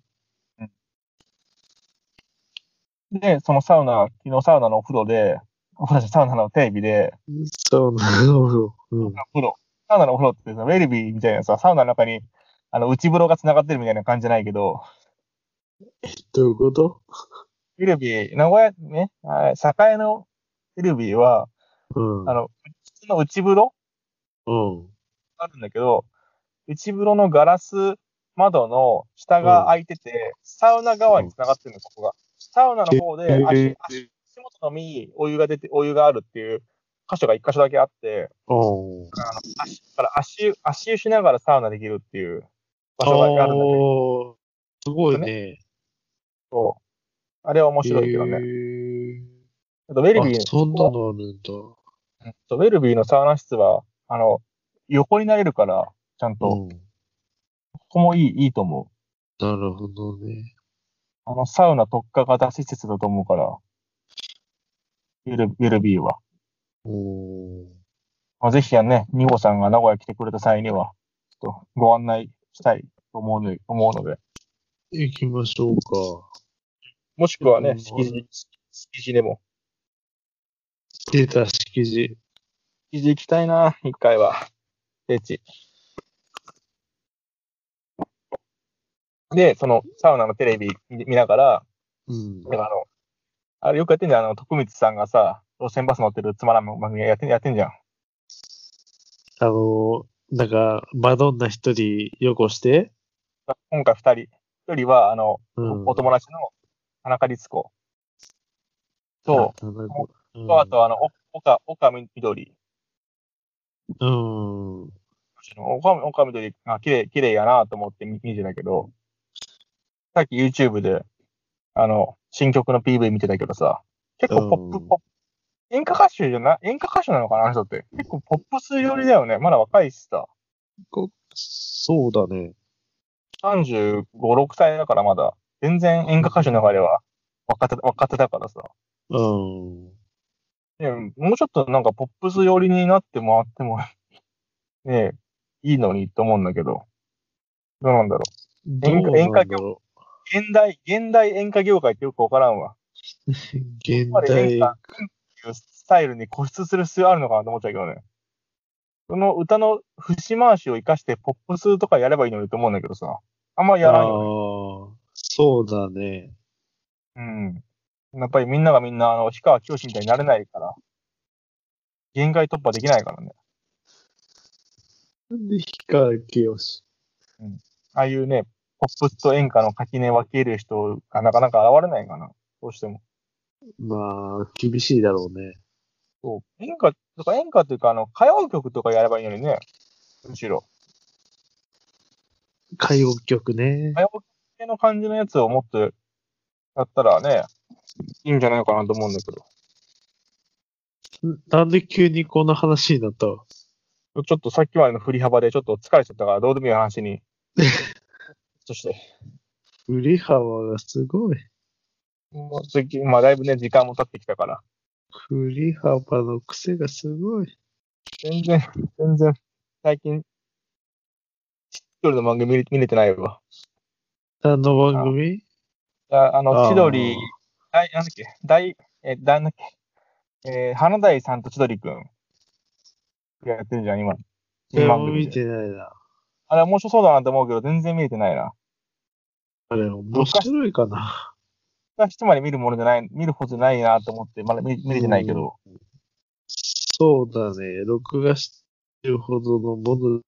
で、その昨日サウナのお風呂で、サウナのテレビで、 そうなるほど。うん。 サウナのお風呂ってさ、ウェルビーみたいなさ、サウナの中に、内風呂が繋がってるみたいな感じじゃないけど、 どういうこと？ ウェルビー、名古屋ね、栄のウェルビーは、 うん。 普通の内風呂うん。 あるんだけど、内風呂のガラス窓の下がうん。 開いてて、サウナ側に繋がってるの、ここが。サウナの方で足元のみお湯があるっていう箇所が一箇所だけあって、 おー。 足湯しながらサウナできるっていう場所があるんだけおー。すごいどね。 ね。 そう。あれは面へ白いけどね。 え。 あと、ウェルあ、 ビー、 そんなのあるんだ。 ウェルビーのサウナ室は、横になれるから、ちゃんと、 うん。 ここもいいと思なるほどね。 う。サウナ特化型施設だと思うから、ウェルビーは。 おー。 まあ、ぜひやね、ニゴさんが名古屋来てくれた際には、ちょっとご案内したいと思うので、 行きましょうか。 もしくはね、築地でも。 出た敷地。 築地行きたいな、一回は。聖地。で、そのサウナのテレビ見ながら、 うん。 だからあれよくやってんじゃん、徳光さんがさ、路線バス乗ってるつまらん番組やってんじゃん。 なんか、マドンナ一人よこして、 今回二人。一人は、 うん。 お友達の田中律子と、 なんか、うあと、 ん。 岡みどり。 うん。 岡みどりが綺麗やなと思って見てたけど、さっき YouTube で、新曲の PV 見てたけどさ、結構うん。 演歌歌手なのかな、あの人って。結構ポップス寄りだよね。まだ若いしさ。 そうだね。 35、6歳だからまだ。全然演歌歌手の中では若手だからさ。 うん。 ね、もうちょっとなんかポップス寄りになってもらってもね、いいのにと思うんだけど。どうなんだろう。 どうなんだろ現代演歌業界ってよくわからんわ。 う。 やっぱ現り代、 っていうスタイルに固執する必要あるのかなと思っちゃうけどね。その歌の節回しを活かしてポップスとかやればいいのにと思うんだけどさ。あんまあやらんよね。 あ、そうだね。 うん。やっぱりみんながみんな、氷川きよしみたいになれないから、限界突破できないからね。 なんで氷川きよし。 うん。ああいうね、ポップスと演歌の垣根分ける人がなかなか現れないかな。どうしても。 まあ、厳しいだろうね。 そう。演歌っていうか、歌謡曲とかやればいいのにね。むしろ。 歌謡曲ね。 歌謡曲系の感じのやつをもっとやったらね、いいんじゃないかなと思うんだけど。 なんで急にこんな話になった？ ちょっとさっきまでの振り幅でちょっと疲れちゃったから、どうでもいい話に、そして、 振り幅がすごい。 まあだいぶね、時間も経ってきたから、 振り幅の癖がすごい。 全然、最近、一人の番組見れてないわ。 何の番あ、 組？ 千鳥、 ああ、 なんだっけ、なんだっけ、花大さんと千鳥くんがやってるじゃん、今。新誰番組で。 も見てないな。 あれ面白そうだなと思うけど、全然見れてないな。 あれ、面昔、 白いかな。 昔まで見るものじゃない、見るほどじゃないなと思って、まだ見れてないけうん。 ど。 そうだね。録画してるほどのもの。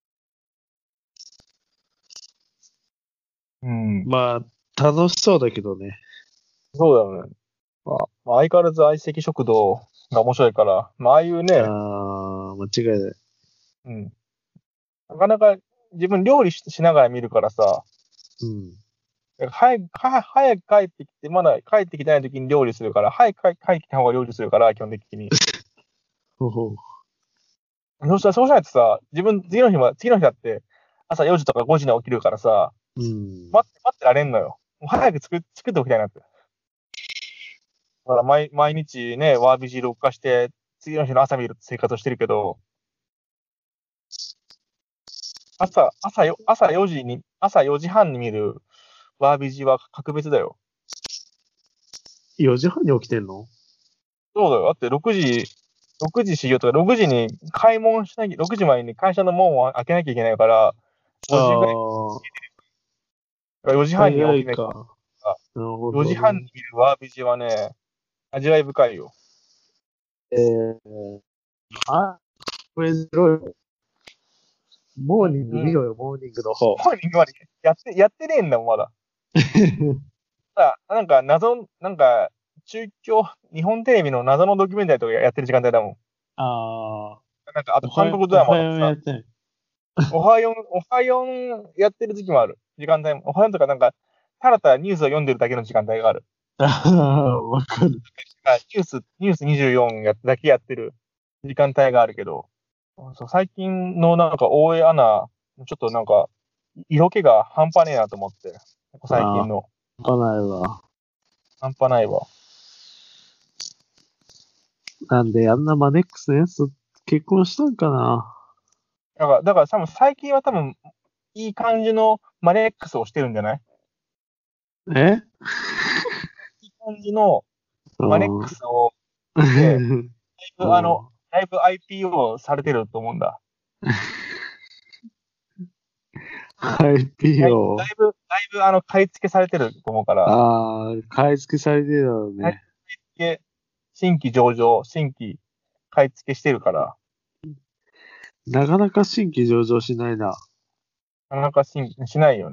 うん。 まあ、楽しそうだけどね。 そうだよね。まあ相変わらず相席食堂が面白いから、まあ、ああいうね、 ああ、間違いない。 うん。なかなか自分料理しながら見るからさ、 うん。 早く帰ってきて、まだ帰ってきてない時に料理するから、早く帰ってきた方が料理するから、基本的に。 ほほ。 そうしないとさ、次の日だって、朝4時とか5時に起きるからさ、 うん。 待ってられんのよ。もう早く作っておきたいなって。 から毎日ね、ワービジ録画して、次の日の朝見る生活をしてるけど、朝4時半に見るワービジは格別だよ。 4時半に起きてんの？ そうだよ。だって6時始業とか6時に開門しなきゃ、6時前に会社の門を開けなきゃいけないから、5時ぐらい、4時半に起きないか。なるほど、ね。 4時半に見るワービジはね、味わい深いよ。 これろよ。モーニング見ろよ、モーニングの方。 モーニングまでやってねえんだもん、まだ。なんか中京、日本テレビの謎のドキュメンタリーとかやってる時間帯だもん。なんか、あと韓国ドラマとかさ。おはよんやってる時もある。時間帯も。おはよんとかなんか、ただただニュースを読んでるだけの時間帯がある。 わかる。 ニュース24だけやってる時間帯があるけど、そう最近のなんか大江アナ、ちょっとなんか、色気が半端ねえなと思って。最近の。 半端ないわ。 半端ないわ。 なんで、あんなマネックスのやつと結婚したんかな。 だから多分最近は多分、いい感じのマネックスをしてるんじゃない？いい感じのマネックスをして、だいぶ IPO されてると思うんだ。 IPO? だいぶ買い付けされてると思うから。 買い付けされてるだろうね。 買い付け、新規買い付けしてるから。 なかなか新規上場しないな。 なかなかしないよね。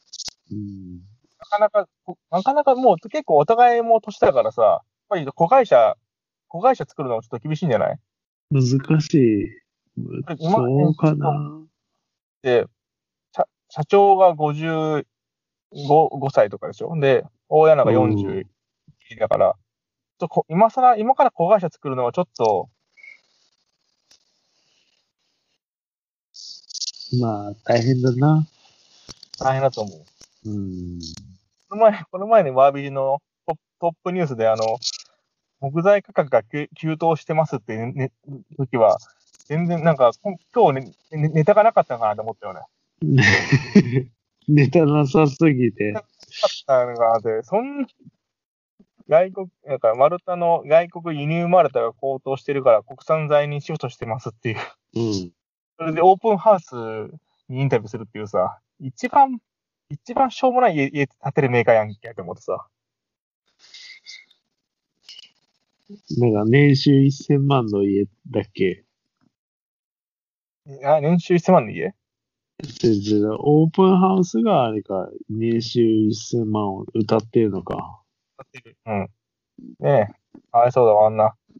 なかなかもう結構お互いも年だからさ、やっぱり子会社作るのはちょっと厳しいんじゃない？ 難しい。そうかな。 で、社長が55歳とかでしょ？で、大家が40だから、今から子会社作るのはちょっと、 まあ、大変だな。 大変だと思う。この前にワービジのトップニュースで木材価格が急騰してますっていう時は、全然なんか、今日ネタがなかったのかなと思ったよね。 ネタなさすぎて。 なかったのかなって、なんか丸太の外国輸入丸太が高騰してるから国産材にシフトしてますっていう。それでオープンハウスにインタビューするっていうさ、一番しょうもない家建てるメーカーやんけって思ってさ。 なんか年収1000万の家だっけ？ 年収1000万の家？ オープンハウスがあれか、年収1000万を歌ってるのか。 歌ってる。うん。ねえ。そうだわ、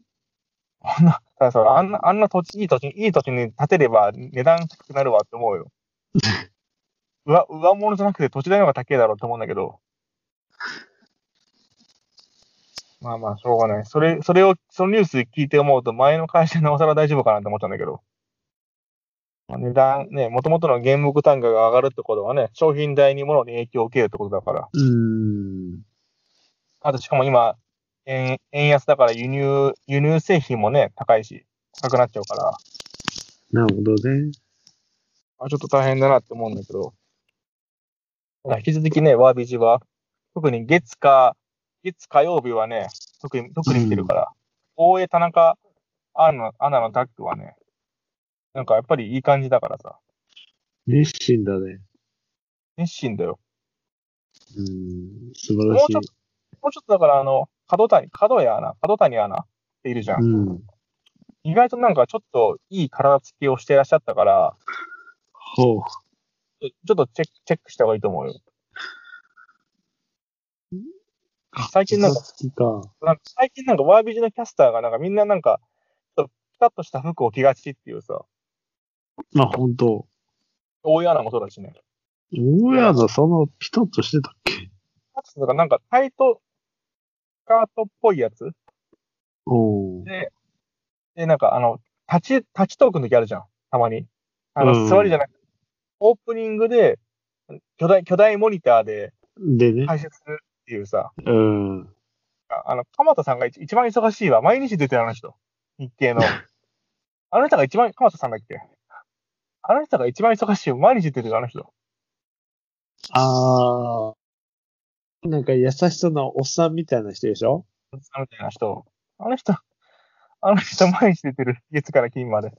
あんな土地、いい土地に建てれば値段高くなるわって思うよ。上物じゃなくて土地代の方が高いだろうと思うんだけど。まあまあ、しょうがない。そのニュース聞いて思うと、前の会社なおさら大丈夫かなって思ったんだけど。値段、ね、元々の原木単価が上がるってことはね、商品代に物に影響を受けるってことだから。あと、しかも今、円安だから輸入製品もね、高くなっちゃうから。 なるほどね。 ちょっと大変だなって思うんだけど。引き続きね、ワービジは、特に月火曜日はね、特に見てるから、大江田中アナのタッグはね、なんかやっぱりいい感じだからさ。 熱心だね。 熱心だよ。 素晴らしい。 もうちょっとだから角谷アナっているじゃん。意外となんかちょっといい体つきをしていらっしゃったから、ちょっとチェックした方がいいと思うよ。最近なんかワービジのキャスターがなんかみんななんか、ちょっとピタッとした服を着がちっていうさ。 本当。 大家アナもそうだしね。 大家アナそのピタッとしてたっけ？ なんかタイトスカートっぽいやつで、なんか立ちトークの時あるじゃん。たまに。座りじゃなくて、オープニングで、巨大モニターで、 ね。 解説するっていうさ。 鎌田さんが一番忙しいわ。毎日出てるあの人。日経の。あの人が一番、鎌田さんだっけ？あの人が一番忙しいよ。毎日出てるあの人。 あなんか優しそうなおっさんみたいな人でしょ？ みたいな人。あの人、あの人毎日出てる。月から金まで。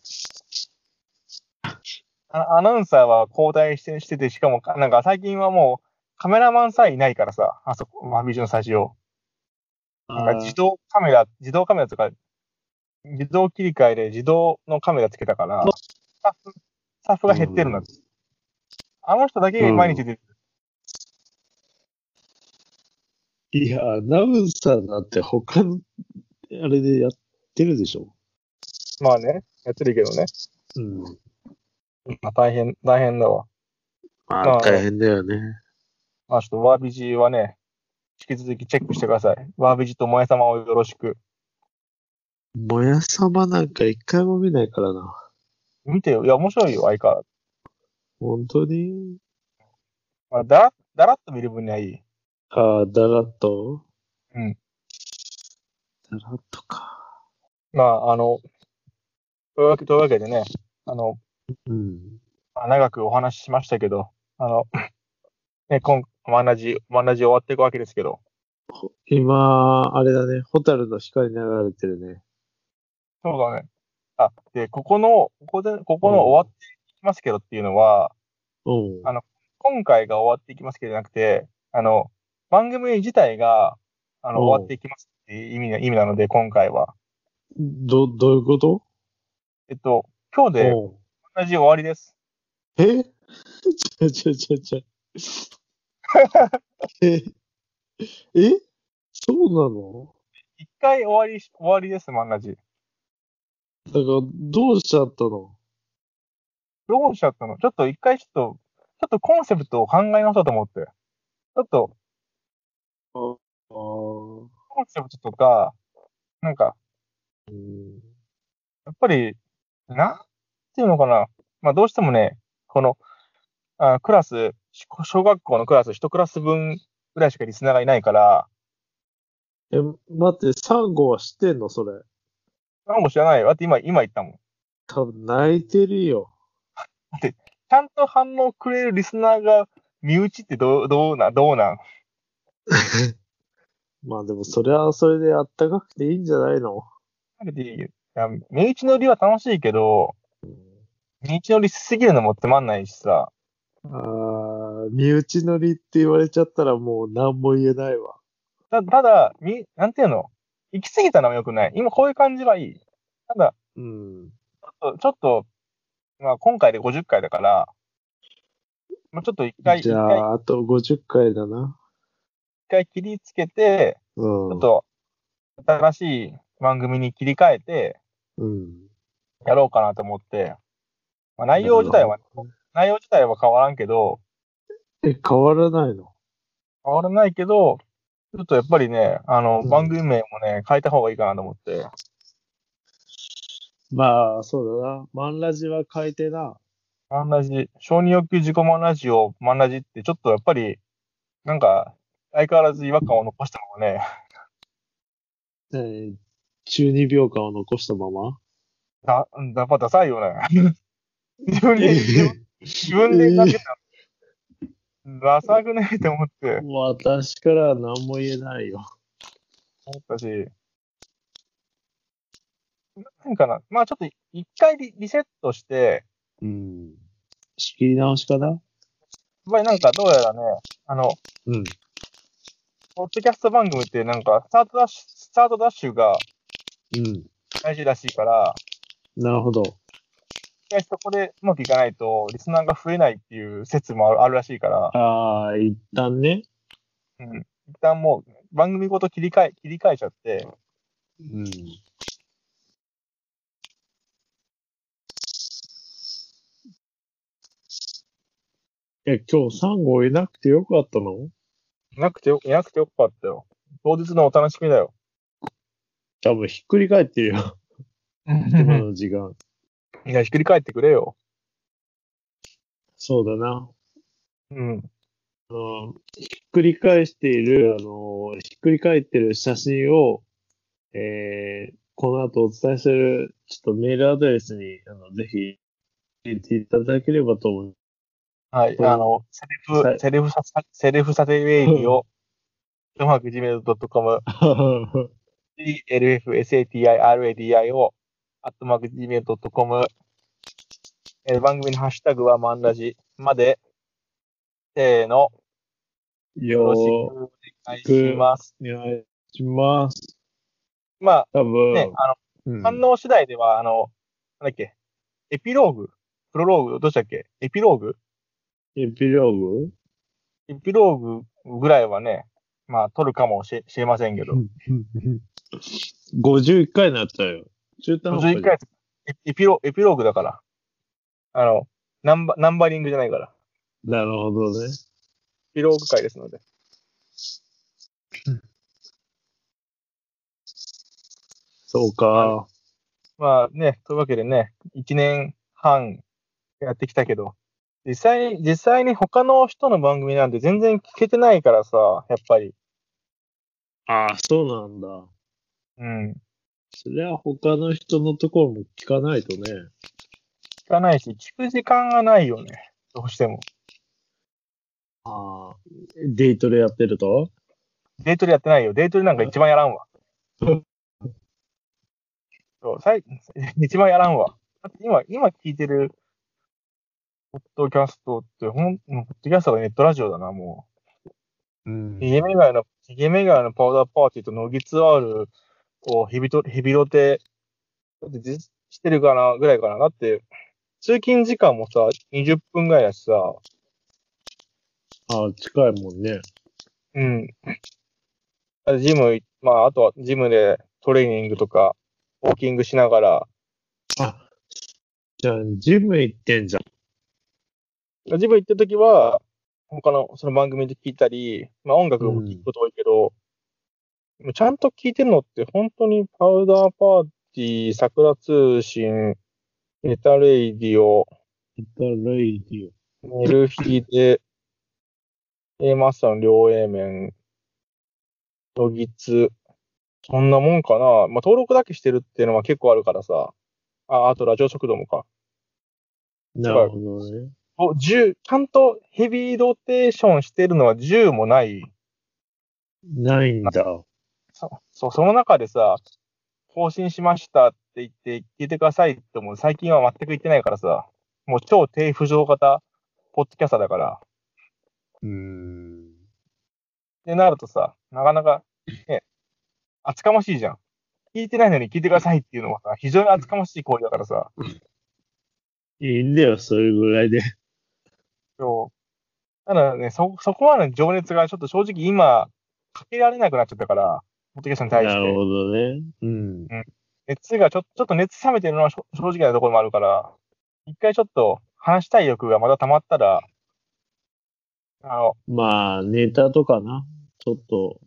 アナウンサーは交代してて、しかも、なんか最近はもう、カメラマンさえいないからさ、あそこ、ビジョンスタジオ。なんかあ自動カメラとか、自動切り替えで自動のカメラつけたから、スタッフが減ってるんだって。あの人だけ毎日出てる。 いや、アナウンサーだって他の、あれでやってるでしょ？ まあね、やってるけどね。 うん。 まあ大変だわ。 まあ、 まあ、 大変だよね。 ちょっとワービジはね、引き続きチェックしてください。ワービジと萌え様をよろしく。 もやさまなんか一回も見ないからな。 見てよ。いや、面白いよ、相変わらず。 本当に？ まあ、だらっと見る分にはいい。 ああ、だらっとうん。 だらっとか。 まあ、というわけでね、 うん。 長くお話ししましたけど、ね、マンラジ終わっていくわけですけど、 今、あれだね。ホタルの光流れてるね。 そうだね。で、ここの終わっていきますけどっていうのは、 うん。 あの、今回が終わっていきますけどじゃなくて、番組自体が、終わっうん。 ていきますっていう意味なので、今回は。 どういうこと？ 今日でうん。 同じ終わりです。 えちゃ。え、そうなの？ 一回終わりです、マンラジ。 だから、どうしちゃったの？ どうしちゃったの？ちょっと一回ちょっとコンセプトを考え直そうと思って。ちょっと、 ああー、 コンセプトとか、なんか、 うん。 やっぱり、なんていうのかな。まあ、どうしてもね、この、クラス、小学校のクラス、一クラス分ぐらいしかリスナーがいないから、 え、待って、サンゴは知ってんのそれ？ なんも知らないよ。だって今言ったもん。 多分泣いてるよ。 だって、ちゃんと反応くれるリスナーが身内ってどうなん？ まあでも、それはそれであったかくていいんじゃないの？ なんかいや、身内乗りは楽しいけど、身内乗りしすぎるのもつまんないしさ。 ああ、身内乗りって言われちゃったらもう何も言えないわ。 ただ、なんていうの？行き過ぎたのも良くない。今こういう感じはいい。ただ、 うん。 ちょっと、まあ今回で50回だから、もうちょっとじゃあ、あと50回だな。 一回切りつけて、 うん。 ちょっと新しい番組に切り替えて、 うん。 やろうかなと思って、まあ、 なるほど。 内容自体は変わらんけど、 変わらないの？ 変わらないけど、ちょっとやっぱりね、番うん。 組名もね、変えた方がいいかなと思って、 まあ、そうだな。マンラジは変えてな。 マンラジ、承認欲求自己満ラジオ、マンラジってちょっとやっぱり、なんか、相変わらず違和感を残したままね、 えー中二病感を残したまま。 やっぱダサいよね。自分で、自分、 え自分で投げたダサくねえと思って、 私からは何も言えないよ。 思ったし、なんかな、まあちょっと一回リセットして、 うん。仕切り直しかな？ やっぱりなんかどうやらね、あの、 うん。 ポッドキャスト番組ってなんか、スタートダッシュがうん。 大事らしいから、 なるほど。 一回そこでうまくいかないと、リスナーが増えないっていう説もあるらしいから、 ああ、一旦ね。 うん。一旦もう番組ごと切り替えちゃって、 うん。今日サンゴいなくてよかったの？ いなくてよかったよ。当日のお楽しみだよ。 多分ひっくり返ってるよ。今の時間。 いや、ひっくり返ってくれよ。 そうだな。 うん。 ひっくり返している、ひっくり返ってる写真を、この後お伝えする、ちょっとメールアドレスに、ぜひ、入れていただければと思う。 はい。 さセルフサテレイディオ、@gmail.com、CLFSATIRADIO、@gmail.com、番組のハッシュタグはマンラジまで、せーの、よろしくお願いします。 お願いします。 まあ、 多分、 ね、反応次第では、なんだっけ、エピローグプロローグどうしたっけエピローグエピローグエピローグぐらいはね、まあ、撮るかもしれませんけど。 51回になったよ。中途半端 51回エピローグだから。ナンバリングじゃないから。 なるほどね。 エピローグ回ですので。 そうか。 まあね、というわけでね、1年半やってきたけど、実際に他の人の番組なんて全然聞けてないからさ、やっぱり。 ああ、そうなんだ。 うん。 それは他の人のところも聞かないとね。 聞かないし、聞く時間がないよね。どうしても。 ああ、デートでやってるとデートでやってないよ。デートでなんか一番やらんわ。そう、一番やらんわ。だって今聞いてる、ポッドキャストって、ポッドキャストがネットラジオだな、もうう。 ん。 ヒゲメガネのパウダーパーティーとノギツアールをヘビロテ、してるかな、ぐらいかな。だって、通勤時間もさ、20分ぐらいだしさ、 ああ、近いもんね。 うん。あとはジムでトレーニングとか、ウォーキングしながら、 あ、じゃあ、ジム行ってんじゃジム行った時は、他のその番組で聞いたり、まあ音楽も聞くこと多いけど、ちゃんと聞いてるのって本当にパウダーパーティー、桜通信、メタレイディオ、 ん。イタレイディメルヒで、マスターの両 A 面、ノギツ、そんなもんかな。まあ登録だけしてるっていうのは結構あるからさ。あとラジオ速度もか。 オ。 だから、 なるほどね。 ちゃんとヘビーローテーションしてるのは10もない。 ないんだ。 その中でさ、更新しましたって言って聞いてくださいっても最近は全く言ってないからさ、もう超低浮上型、ポッドキャスターだから。ってなるとさ、なかなか、ね、厚かましいじゃん。聞いてないのに聞いてくださいっていうのはさ、非常に厚かましい行為だからさ、 いいんだよ、それぐらいで。 そう。ただね、そこまでの情熱がちょっと正直今、かけられなくなっちゃったから、ポッドキャストに対して。 なるほどね。うん。 うん。熱がちょっと熱冷めてるのは正直なところもあるから、一回ちょっと話したい欲がまた溜まったら、あの、 まあ、ネタとかな。ちょっと、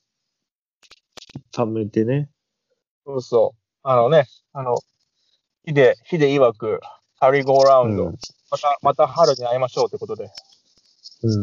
貯めてね。 そうそう。ヒデ曰く、ハリーゴーラウンド。 うん。 また春に会いましょうってことで。 うん。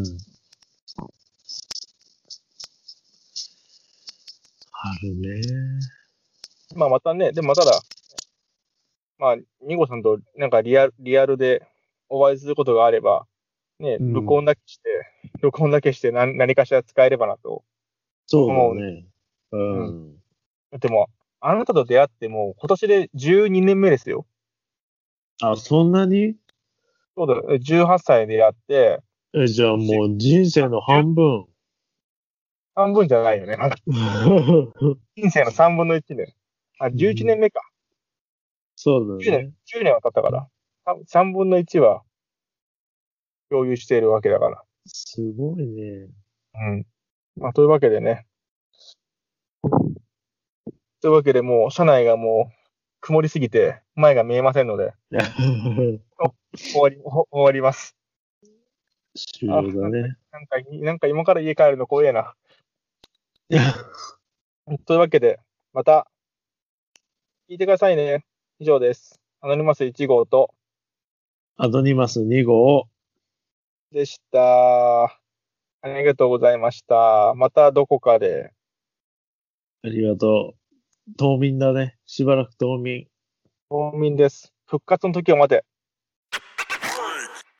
春ね。 まあまたね、でもただ、まあ、ニゴさんとなんかリアルでお会いすることがあれば、ね、 うん。 録音だけして何かしら使えればなとそう思う。 だね。ううん。 ん。 でも、あなたと出会ってもう今年で12年目ですよ。 あ、そんなにそうだ、18歳で出会って、 じゃあもう人生の半分。 半分じゃないよね。人生の3分の1ね。11年目か。10年、 そうだね。 10年は経ったから。3分の1は共有しているわけだから。 すごいね。 うん。まあ、というわけでね。というわけでもう、車内がもう、曇りすぎて、前が見えませんので、終わります。 終了だね。 なんか今から家帰るの怖えな。というわけで、また、聞いてくださいね。以上です。アノニマス1号と、 アドニマス2号。 でした。 ありがとうございました。またどこかで。 ありがとう。冬眠だね。しばらく冬眠。 冬眠です。復活の時を待て。